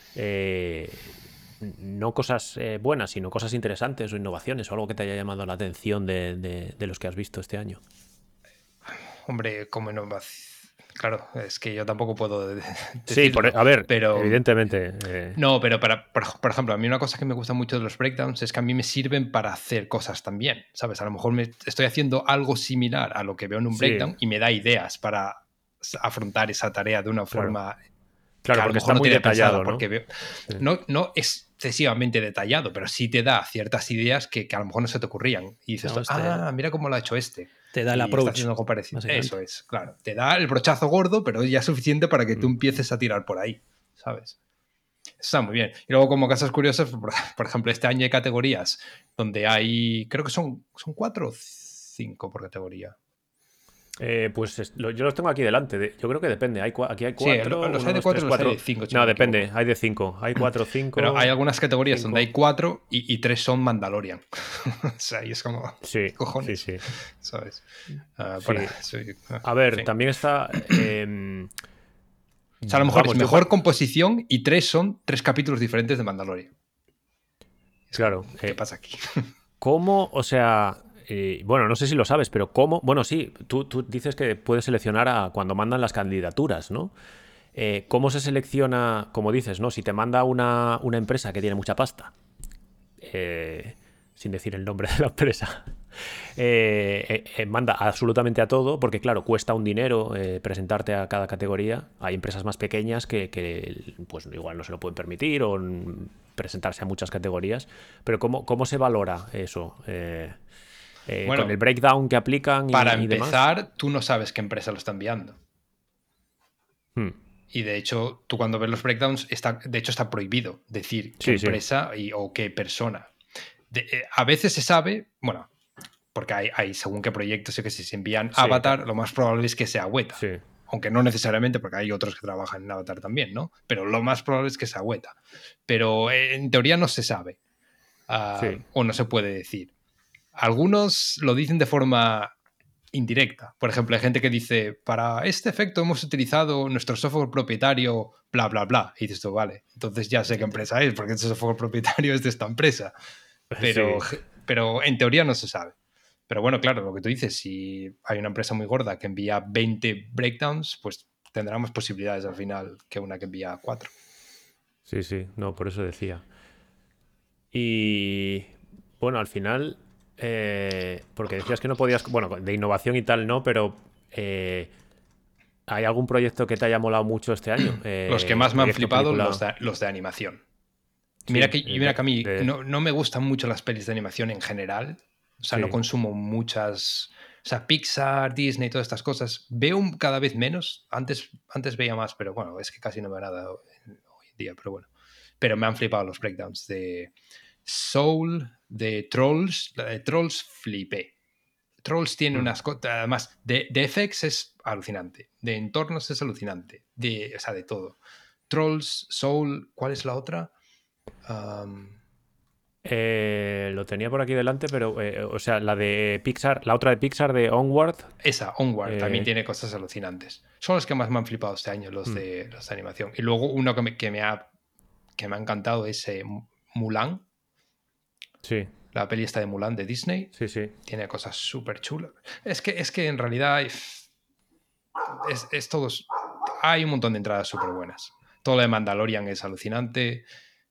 No cosas buenas, sino cosas interesantes o innovaciones o algo que te haya llamado la atención de los que has visto este año. Hombre, como innovación. Claro, es que yo tampoco puedo decirlo. Sí, a ver, pero, evidentemente. No, pero por ejemplo, a mí una cosa que me gusta mucho de los breakdowns es que a mí me sirven para hacer cosas también, ¿sabes? A lo mejor estoy haciendo algo similar a lo que veo en un breakdown y me da ideas para afrontar esa tarea de una forma Claro, que a lo porque mejor está no muy tenía detallado, pensada, porque veo, no excesivamente detallado, pero sí te da ciertas ideas que a lo mejor no se te ocurrían. Y dices, mira cómo lo ha hecho este. Te da el approach. Está haciendo algo parecido. Eso es, claro. Te da el brochazo gordo, pero ya es suficiente para que tú empieces a tirar por ahí, ¿sabes? Está muy bien. Y luego, como cosas curiosas, por ejemplo, este año hay categorías donde hay, creo que son 4 o 5 por categoría. Pues yo los tengo aquí delante. Yo creo que depende. Aquí hay 4. Sí, los hay de 4 y los hay de 5. No, depende. Hay de 5. Hay 4 o 5. Pero hay algunas categorías 5. donde hay 4 y 3 son Mandalorian. O sea, y es como. Sí, ¿qué cojones? sí. ¿Sabes? A ver, también está. O sea, a lo mejor es mejor composición y 3 son 3 capítulos diferentes de Mandalorian. Claro. ¿Qué pasa aquí? ¿Cómo? O sea. Bueno, no sé si lo sabes, pero ¿cómo? Bueno, sí, tú dices que puedes seleccionar cuando mandan las candidaturas, ¿no? ¿Cómo se selecciona, como dices, ¿no? Si te manda una empresa que tiene mucha pasta, sin decir el nombre de la empresa, manda absolutamente a todo, porque claro, cuesta un dinero presentarte a cada categoría. Hay empresas más pequeñas que pues igual no se lo pueden permitir o presentarse a muchas categorías, pero ¿cómo se valora eso? Con el breakdown que aplican para y empezar, demás. tú no sabes qué empresa lo está enviando. Y de hecho, tú cuando ves los breakdowns, de hecho está prohibido decir qué empresa o qué persona. A veces se sabe, bueno, porque hay según qué proyectos, que si se envían Avatar, lo más probable es que sea Weta. Sí. Aunque no necesariamente, porque hay otros que trabajan en Avatar también, ¿no? Pero lo más probable es que sea Weta. Pero en teoría no se sabe. O no se puede decir. Algunos lo dicen de forma indirecta. Por ejemplo, hay gente que dice, para este efecto hemos utilizado nuestro software propietario, bla, bla, bla. Y dices tú, vale, entonces ya sé qué empresa es, porque ese software propietario es de esta empresa. Pero en teoría no se sabe. Pero bueno, claro, lo que tú dices, si hay una empresa muy gorda que envía 20 breakdowns, pues tendrá más posibilidades al final que una que envía 4. Sí, no, por eso decía. Y bueno, al final, porque decías que no podías, bueno, de innovación y tal no, pero ¿hay algún proyecto que te haya molado mucho este año? Los que más me han flipado, los de animación. Mira que a mí no me gustan mucho las pelis de animación en general. O sea, no consumo muchas. O sea, Pixar, Disney, todas estas cosas. Veo cada vez menos. Antes veía más, pero bueno, es que casi no veo nada hoy en día, pero bueno. Pero me han flipado los breakdowns de Soul, de Trolls. La de Trolls flipé. Trolls tiene unas cosas. Además, de FX es alucinante. De entornos es alucinante. O sea, de todo. Trolls, Soul, ¿cuál es la otra? Lo tenía por aquí delante, pero o sea, la de Pixar, la otra de Pixar de Onward. Esa, Onward, también tiene cosas alucinantes. Son los que más me han flipado este año, los de animación. Y luego uno que me ha encantado es Mulan. Sí. La peli esta de Mulan de Disney. Sí. Tiene cosas súper chulas. Es que en realidad es todo. Hay un montón de entradas súper buenas. Todo lo de Mandalorian es alucinante.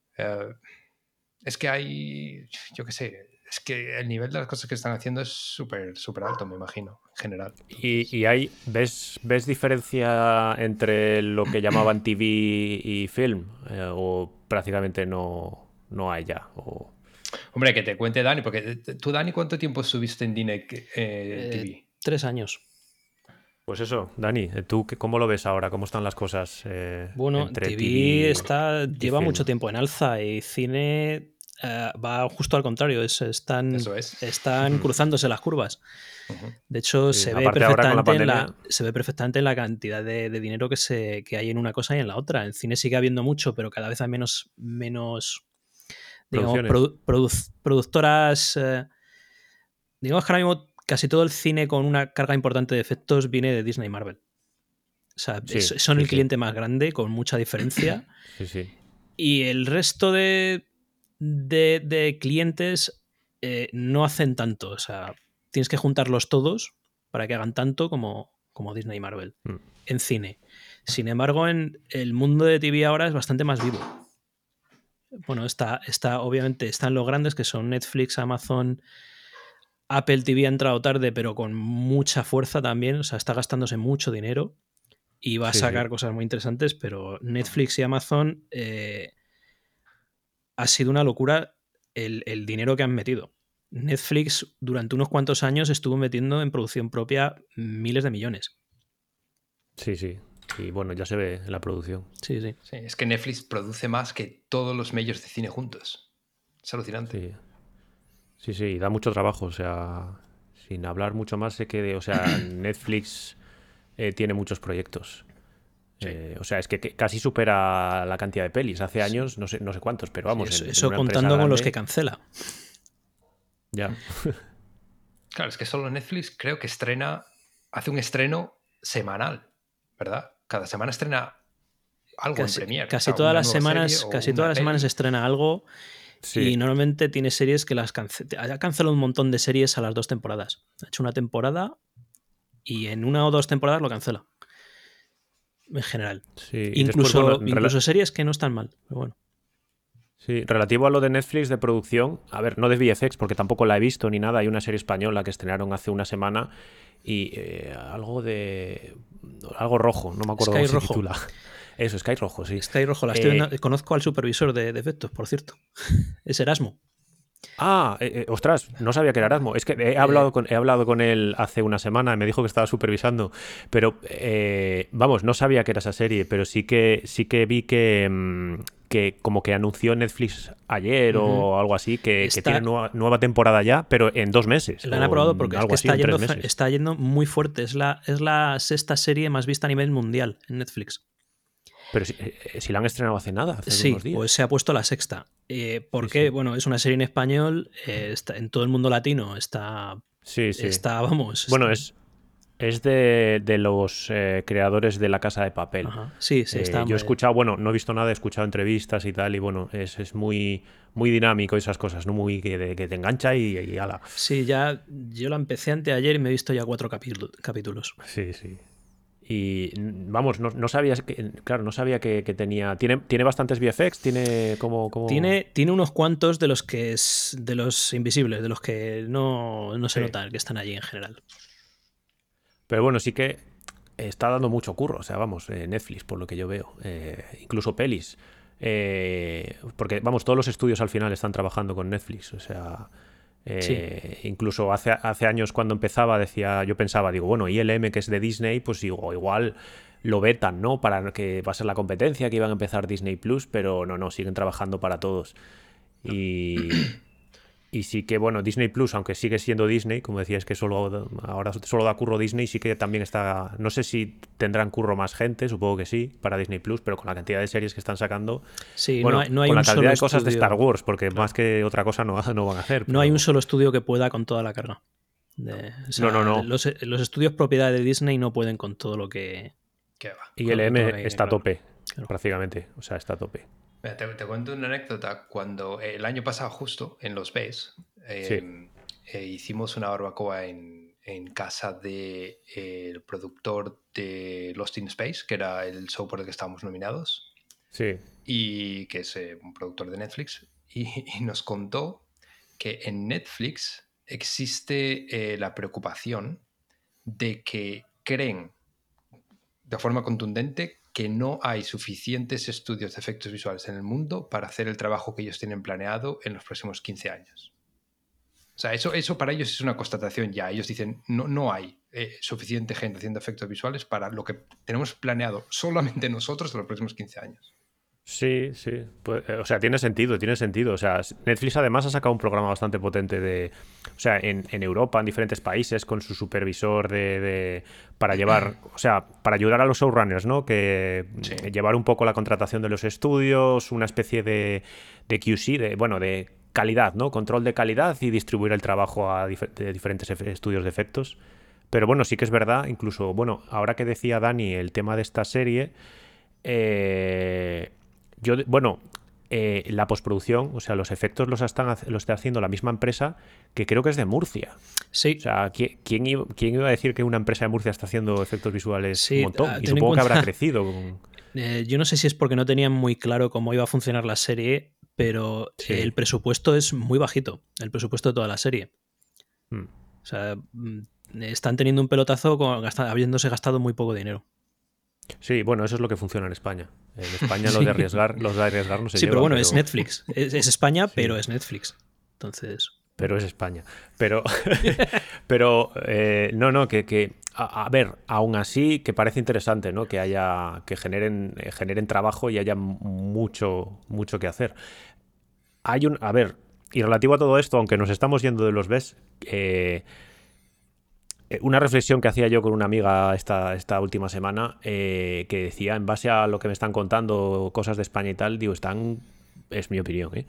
Es que hay, yo qué sé, es que el nivel de las cosas que están haciendo es súper alto, me imagino, en general. ¿Y ves diferencia entre lo que llamaban TV y film? ¿O prácticamente no hay ya? Hombre, que te cuente Dani, porque tú, Dani, ¿cuánto tiempo estuviste en Dinec TV? 3 años. Pues eso, Dani, ¿tú cómo lo ves ahora? ¿Cómo están las cosas? Bueno, entre TV lleva mucho tiempo en alza y cine va justo al contrario. Están cruzándose las curvas. De hecho, se ve perfectamente en la cantidad de dinero que hay en una cosa y en la otra. En cine sigue habiendo mucho, pero cada vez hay menos digamos, productoras. Digamos que ahora mismo casi todo el cine con una carga importante de efectos viene de Disney y Marvel. O sea, son el cliente más grande, con mucha diferencia. Sí. Y el resto de clientes no hacen tanto. O sea, tienes que juntarlos todos para que hagan tanto como Disney y Marvel en cine. Sin embargo, en el mundo de TV ahora es bastante más vivo. Bueno, obviamente están los grandes, que son Netflix, Amazon. Apple TV ha entrado tarde, pero con mucha fuerza también. O sea, está gastándose mucho dinero y va a sacar cosas muy interesantes, pero Netflix y Amazon ha sido una locura el dinero que han metido. Netflix durante unos cuantos años estuvo metiendo en producción propia miles de millones. Sí. Y bueno, ya se ve en la producción. Sí. Es que Netflix produce más que todos los medios de cine juntos. Es alucinante. Sí, da mucho trabajo. O sea, sin hablar mucho más, sé que, Netflix tiene muchos proyectos. Sí. O sea, es que casi supera la cantidad de pelis. Hace años, no sé cuántos, pero vamos. Eso contando con los que cancela. Ya. Claro, es que solo Netflix creo que hace un estreno semanal, ¿verdad? Cada semana estrena algo en Premiere. Casi todas las semanas estrena algo. Sí. Y normalmente tiene series que ha cancelado un montón de series a las 2 temporadas. Ha hecho una temporada y en 1 o 2 temporadas lo cancela. En general. Sí. Incluso, después, incluso series que no están mal, pero bueno. Sí, relativo a lo de Netflix de producción, a ver, no de VFX porque tampoco la he visto ni nada, hay una serie española que estrenaron hace una semana y algo rojo, no me acuerdo cómo se titula. Eso, Sky Rojo, sí. Sky Rojo, la estoy viendo, conozco al supervisor de efectos, por cierto. Es Erasmo. Ostras, no sabía que era Erasmo. Es que he hablado con él hace una semana y me dijo que estaba supervisando. Pero, vamos, no sabía que era esa serie, pero sí que vi que como que anunció Netflix ayer o algo así, que tiene nueva temporada ya, pero en 2 meses. La han aprobado porque es que está yendo muy fuerte. Es la 6ª serie más vista a nivel mundial en Netflix. Pero si la han estrenado hace nada, hace unos días. Pues se ha puesto la 6ª. Porque, bueno, es una serie en español, está en todo el mundo latino, está vamos... Bueno, es de los creadores de La Casa de Papel. Ajá. Sí, está... Yo he escuchado, bueno, no he visto nada, he escuchado entrevistas y tal, y bueno, es muy, muy dinámico esas cosas, ¿no? Muy que te engancha y ala. Sí, yo la empecé anteayer y me he visto ya 4 capítulos. Sí. Y vamos, no sabía que tenía. ¿Tiene bastantes VFX? ¿Tiene como...? Tiene unos cuantos de los invisibles, de los que no se notan, que están allí en general. Pero bueno, sí que está dando mucho curro. O sea, vamos, Netflix, por lo que yo veo. Incluso pelis. Porque, vamos, todos los estudios al final están trabajando con Netflix. O sea... Incluso hace años cuando empezaba yo pensaba, digo, bueno, ILM que es de Disney, pues digo, igual lo vetan, ¿no? Para que va a ser la competencia, que iban a empezar Disney Plus, pero no, siguen trabajando para todos. Y sí que, bueno, Disney Plus, aunque sigue siendo Disney, como decías que ahora solo da curro Disney, sí que también está... No sé si tendrán curro más gente, supongo que sí, para Disney Plus, pero con la cantidad de series que están sacando... Sí, bueno, no hay con la cantidad de cosas estudio. de Star Wars, porque más que otra cosa no van a hacer. No hay un solo estudio que pueda con toda la carga. No. Los estudios propiedad de Disney no pueden con todo lo que... ILM está a tope, prácticamente. O sea, está a tope. Mira, te cuento una anécdota. Cuando el año pasado, justo en Los Bes, hicimos una barbacoa en casa del productor de Lost in Space, que era el show por el que estábamos nominados. Sí. Y que es un productor de Netflix. Y nos contó que en Netflix existe la preocupación de que creen de forma contundente que no hay suficientes estudios de efectos visuales en el mundo para hacer el trabajo que ellos tienen planeado en los próximos 15 años. O sea, eso para ellos es una constatación ya. Ellos dicen, no hay suficiente gente haciendo efectos visuales para lo que tenemos planeado solamente nosotros en los próximos 15 años. Sí, sí. Pues, o sea, tiene sentido, tiene sentido. O sea, Netflix además ha sacado un programa bastante potente o sea, en Europa, en diferentes países, con su supervisor para llevar, o sea, para ayudar a los showrunners, ¿no? Que Sí. llevar un poco la contratación de los estudios, una especie de QC, bueno, de calidad, ¿no? Control de calidad y distribuir el trabajo de diferentes estudios de efectos. Pero bueno, sí que es verdad, incluso, bueno, ahora que decía Dani el tema de esta serie, eh, bueno, la postproducción, o sea, los efectos los está haciendo la misma empresa que creo que es de Murcia. O Sí, sea, ¿quién iba a decir que una empresa de Murcia está haciendo efectos visuales un sí, montón? Y ten en supongo que habrá cuenta, crecido. yo no sé si es porque no tenían muy claro cómo iba a funcionar la serie, pero el Sí. presupuesto es muy bajito, el presupuesto de toda la serie. Mm. O sea, están teniendo un pelotazo habiéndose gastado muy poco dinero. Sí, bueno, eso es lo que funciona en España. En España Sí. los de arriesgar no se Sí, pero lleva, bueno, es pero Netflix. Es España, sí. pero es Netflix. Entonces, Pero es España. Pero, pero no, a ver, aún así que parece interesante, ¿no? Que generen trabajo y haya mucho que hacer. A ver, y relativo a todo esto, aunque nos estamos yendo de los BES, una reflexión que hacía yo con una amiga esta última semana, que decía, en base a lo que me están contando, cosas de España y tal, digo, es mi opinión, ¿eh?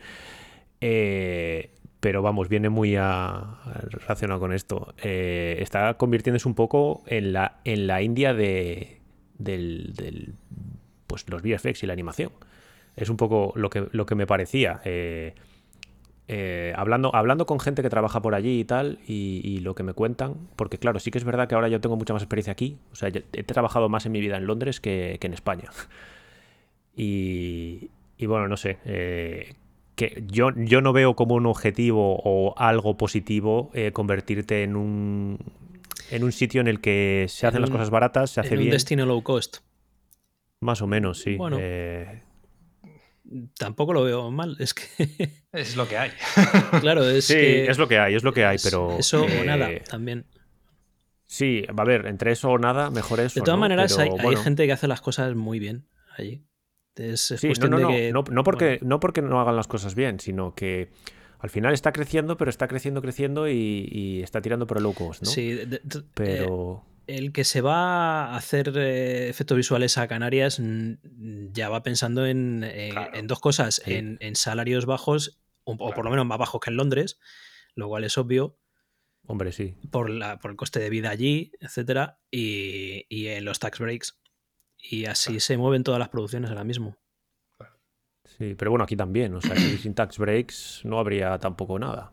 Pero vamos, viene muy relacionado con esto. Está convirtiéndose un poco en la India pues los VFX y la animación. Es un poco lo que me parecía. Hablando con gente que trabaja por allí y tal, y lo que me cuentan, porque claro, sí que es verdad que ahora yo tengo mucha más experiencia aquí. O sea, he trabajado más en mi vida en Londres que en España. Y bueno, no sé. Que yo no veo como un objetivo o algo positivo convertirte en un sitio en el que se en hacen las un, cosas baratas, se hace en un bien, destino low cost. más o menos, sí. Bueno, tampoco lo veo mal. Es que, Es lo que hay. claro, es Sí, que es lo que hay, es pero eso o nada también. sí, va a ver, entre eso o nada, mejor De eso, todas ¿no? maneras, hay, Pero hay bueno, gente que hace las cosas muy bien allí. Es sí, no, cuestión no, de no, que, no bueno, porque no hagan las cosas bien, sino que al final está creciendo, pero está creciendo y está tirando por el low cost, ¿no? sí, Pero el que se va a hacer efectos visuales a Canarias ya va pensando en Claro. dos cosas, sí, en salarios bajos, o por lo Claro. menos más bajos que en Londres, lo cual es obvio hombre, sí. por el coste de vida allí, etcétera, y en los tax breaks. Y así Claro. se mueven todas las producciones ahora mismo. Claro. Sí, pero bueno, aquí también. O sea, aquí sin tax breaks no habría tampoco nada.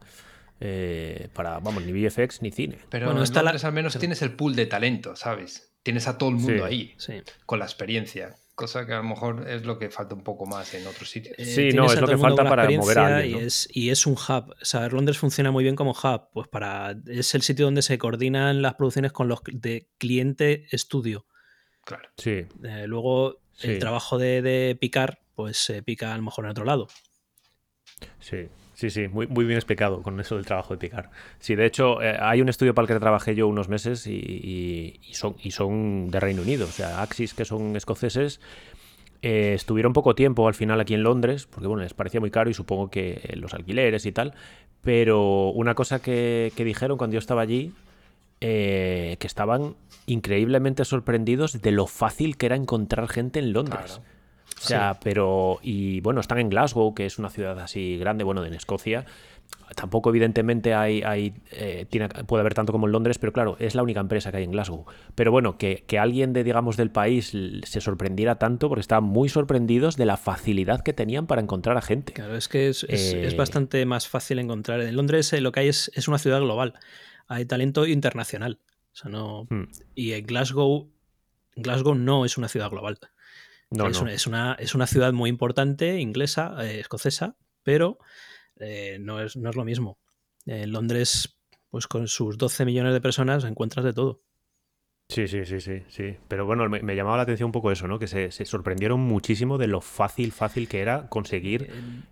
Vamos, ni VFX ni cine. Bueno, Pero en está Londres la... al menos Perdón. tienes el pool de talento, ¿sabes? Tienes a todo el mundo Sí. ahí, Sí. con la experiencia. Cosa que a lo mejor es lo que falta un poco más en otros sitios. Sí, no, Tienes es a lo todo que el mundo con falta la para mover a experiencia alguien, ¿no? y es un hub. O sea, Londres funciona muy bien como hub. Pues es el sitio donde se coordinan las producciones con los de cliente estudio. Claro. Sí, Luego, el sí, trabajo de picar, pues se pica a lo mejor en otro lado. sí. Sí, sí, muy bien explicado con eso del trabajo de picar. Sí, de hecho, hay un estudio para el que trabajé yo unos meses y son de Reino Unido. O sea, Axis, que son escoceses, estuvieron poco tiempo al final aquí en Londres, porque bueno, les parecía muy caro y supongo que los alquileres y tal. Pero una cosa que dijeron cuando yo estaba allí, que estaban increíblemente sorprendidos de lo fácil que era encontrar gente en Londres. Claro. O Sí. sea, y bueno, están en Glasgow, que es una ciudad así grande, bueno, en Escocia. Tampoco, evidentemente, puede haber tanto como en Londres, pero claro, es la única empresa que hay en Glasgow. Pero bueno, que alguien digamos, del país se sorprendiera tanto, porque estaban muy sorprendidos de la facilidad que tenían para encontrar a gente. Claro, es que es Eh, bastante más fácil encontrar. En Londres lo que hay es una ciudad global. Hay talento internacional. O sea, no... hmm, Y en Glasgow no es una ciudad global. no, no. Es una ciudad muy importante, inglesa, escocesa, pero no es lo mismo. En Londres, pues con sus 12 millones de personas encuentras de todo. Sí, sí, sí, sí, sí. Pero bueno, me llamaba la atención un poco eso, ¿no? Que se sorprendieron muchísimo de lo fácil que era conseguir En,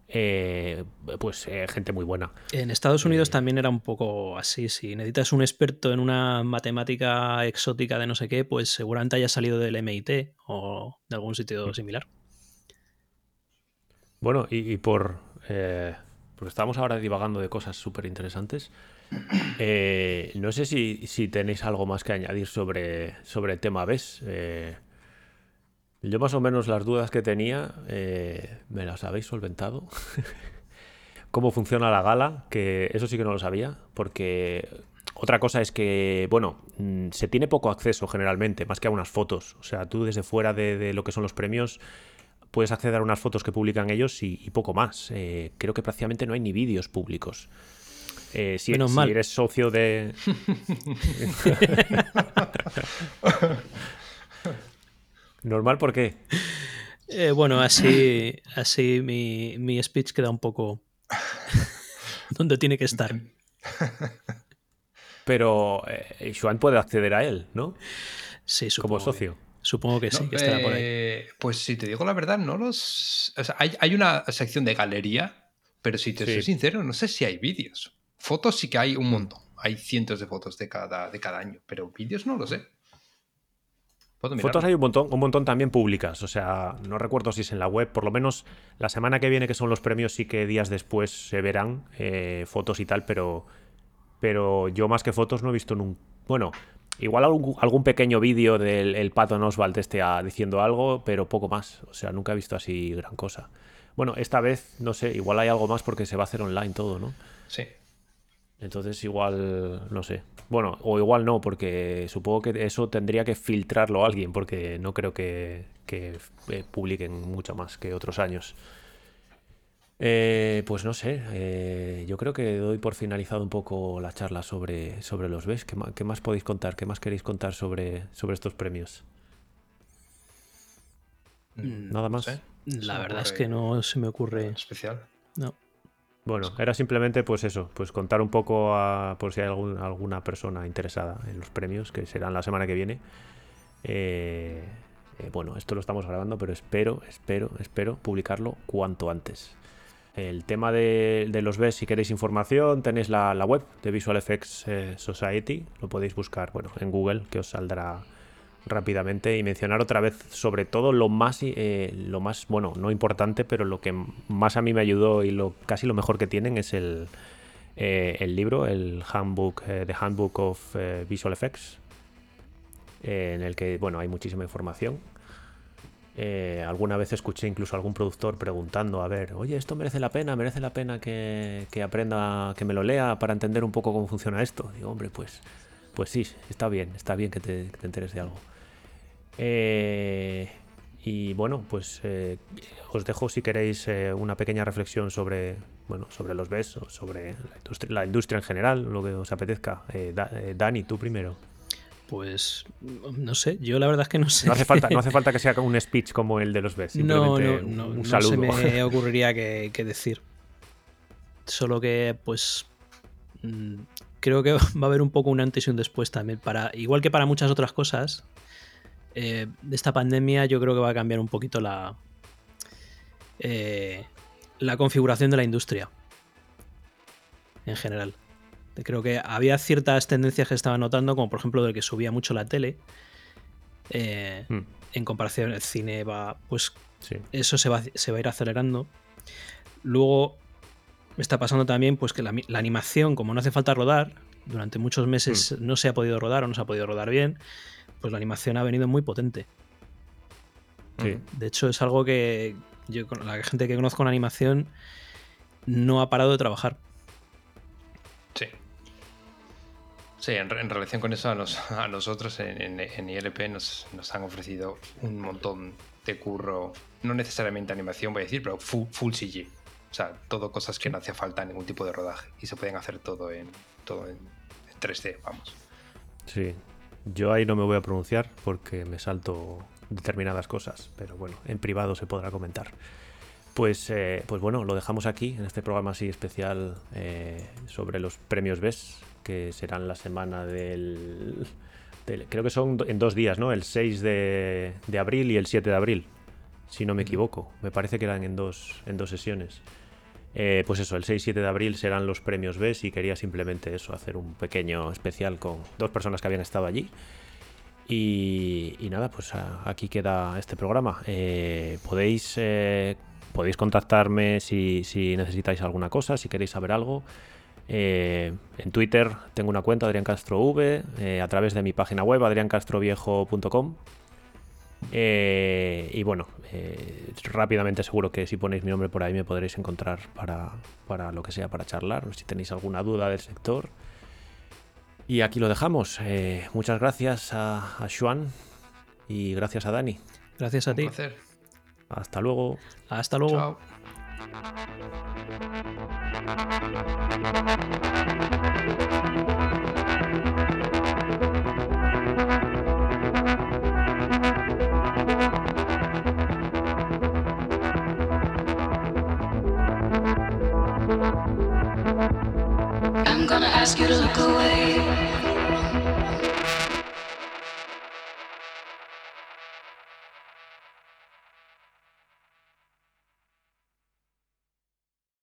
gente muy buena. en Estados Unidos Eh, también era un poco así. Si necesitas un experto en una matemática exótica de no sé qué, pues seguramente haya salido del MIT o de algún sitio similar. Bueno, porque estamos ahora divagando de cosas súper interesantes. No sé si tenéis algo más que añadir sobre el tema BES. Yo más o menos las dudas que tenía me las habéis solventado. Cómo funciona la gala, que eso sí que no lo sabía, porque otra cosa es que, bueno, se tiene poco acceso generalmente, más que a unas fotos. O sea, tú desde fuera de lo que son los premios puedes acceder a unas fotos que publican ellos y poco más. Creo que prácticamente no hay ni vídeos públicos. Si Menos mal. eres socio de... ¿Normal por qué? Bueno, así mi speech queda un poco donde tiene que estar. Pero Xuan puede acceder a él, ¿no? Sí, Como socio. Supongo que sí, No, que estará por ahí. pues si te digo la verdad, no los. O sea, hay una sección de galería, pero si te soy Sí. sincero, no sé si hay vídeos. Fotos sí que hay un Mm. montón. Hay cientos de fotos de cada año, pero vídeos no lo sé. Puedo mirarlo. Fotos hay un montón también públicas. O sea, no recuerdo si es en la web. Por lo menos la semana que viene, que son los premios, sí que días después se verán fotos y tal, pero yo más que fotos no he visto nunca. Bueno, igual algún pequeño vídeo del el Patton Oswalt diciendo algo, pero poco más. O sea, nunca he visto así gran cosa. Bueno, esta vez, no sé, igual hay algo más porque se va a hacer online todo, ¿no? Sí. Entonces igual, no sé. Bueno, o igual no, porque supongo que eso tendría que filtrarlo alguien, porque no creo que publiquen mucho más que otros años. Pues no sé, yo creo que doy por finalizado un poco la charla sobre los BES. ¿Qué más podéis contar? ¿Qué más queréis contar sobre estos premios? Nada No más. sé. La verdad es que no se me ocurre. Especial. No. Bueno, era simplemente pues eso, pues contar un poco por si hay alguna persona interesada en los premios, que serán la semana que viene. Bueno, esto lo estamos grabando, pero espero publicarlo cuanto antes. El tema de los BES, si queréis información, tenéis la web de Visual Effects Society, lo podéis buscar en Google, que os saldrá rápidamente, y mencionar otra vez sobre todo lo más, bueno, no importante, pero lo que más a mí me ayudó y casi lo mejor que tienen es el libro, el Handbook, The Handbook of Visual Effects, en el que, bueno, hay muchísima información. Alguna vez escuché incluso a algún productor preguntando, a ver, oye, esto merece la pena que aprenda, que me lo lea para entender un poco cómo funciona esto. Digo, hombre, pues sí, está bien que te enteres de algo. Y bueno, pues os dejo si queréis una pequeña reflexión sobre los BES o sobre la industria en general, lo que os apetezca. Dani, tú primero. Pues no sé, yo la verdad es que no sé. No hace falta que sea un speech como el de los BES, simplemente un saludo. No se me ocurriría qué decir. Solo que, pues, creo que va a haber un poco un antes y un después también. Igual que para muchas otras cosas, de esta pandemia yo creo que va a cambiar un poquito la configuración de la industria en general. Creo que había ciertas tendencias que estaba notando, como por ejemplo de que subía mucho la tele. En comparación el cine eso se va a ir acelerando. Luego me está pasando también pues que la animación, como no hace falta rodar, durante muchos meses no se ha podido rodar o no se ha podido rodar bien, pues la animación ha venido muy potente. Sí. De hecho es algo que yo, con la gente que conozco en animación, no ha parado de trabajar. Sí, en relación con eso, a nosotros en ILP nos han ofrecido un montón de curro, no necesariamente animación, voy a decir, pero full CG. O sea, todo cosas que no hacía falta ningún tipo de rodaje y se pueden hacer todo en 3D, vamos. Sí, yo ahí no me voy a pronunciar porque me salto determinadas cosas, pero bueno, en privado se podrá comentar. Pues bueno, lo dejamos aquí en este programa así especial sobre los premios BES, que serán la semana creo que son en 2 días, ¿no? El 6 de abril y el 7 de abril, si no me equivoco. Me parece que eran en dos sesiones. Pues eso, el 6 y 7 de abril serán los premios BES y quería simplemente eso, hacer un pequeño especial con 2 personas que habían estado allí. Y nada, pues aquí queda este programa. Podéis podéis contactarme si necesitáis alguna cosa, si queréis saber algo. En Twitter tengo una cuenta, Adrián Castro V, a través de mi página web, adriancastroviejo.com. Y bueno, rápidamente seguro que si ponéis mi nombre por ahí me podréis encontrar para lo que sea, para charlar, o si tenéis alguna duda del sector. Y aquí lo dejamos. Muchas gracias a Xuan y gracias a Dani. Gracias a ti. Un placer. Hasta luego. Hasta luego. Chao. I'm gonna ask you to look away.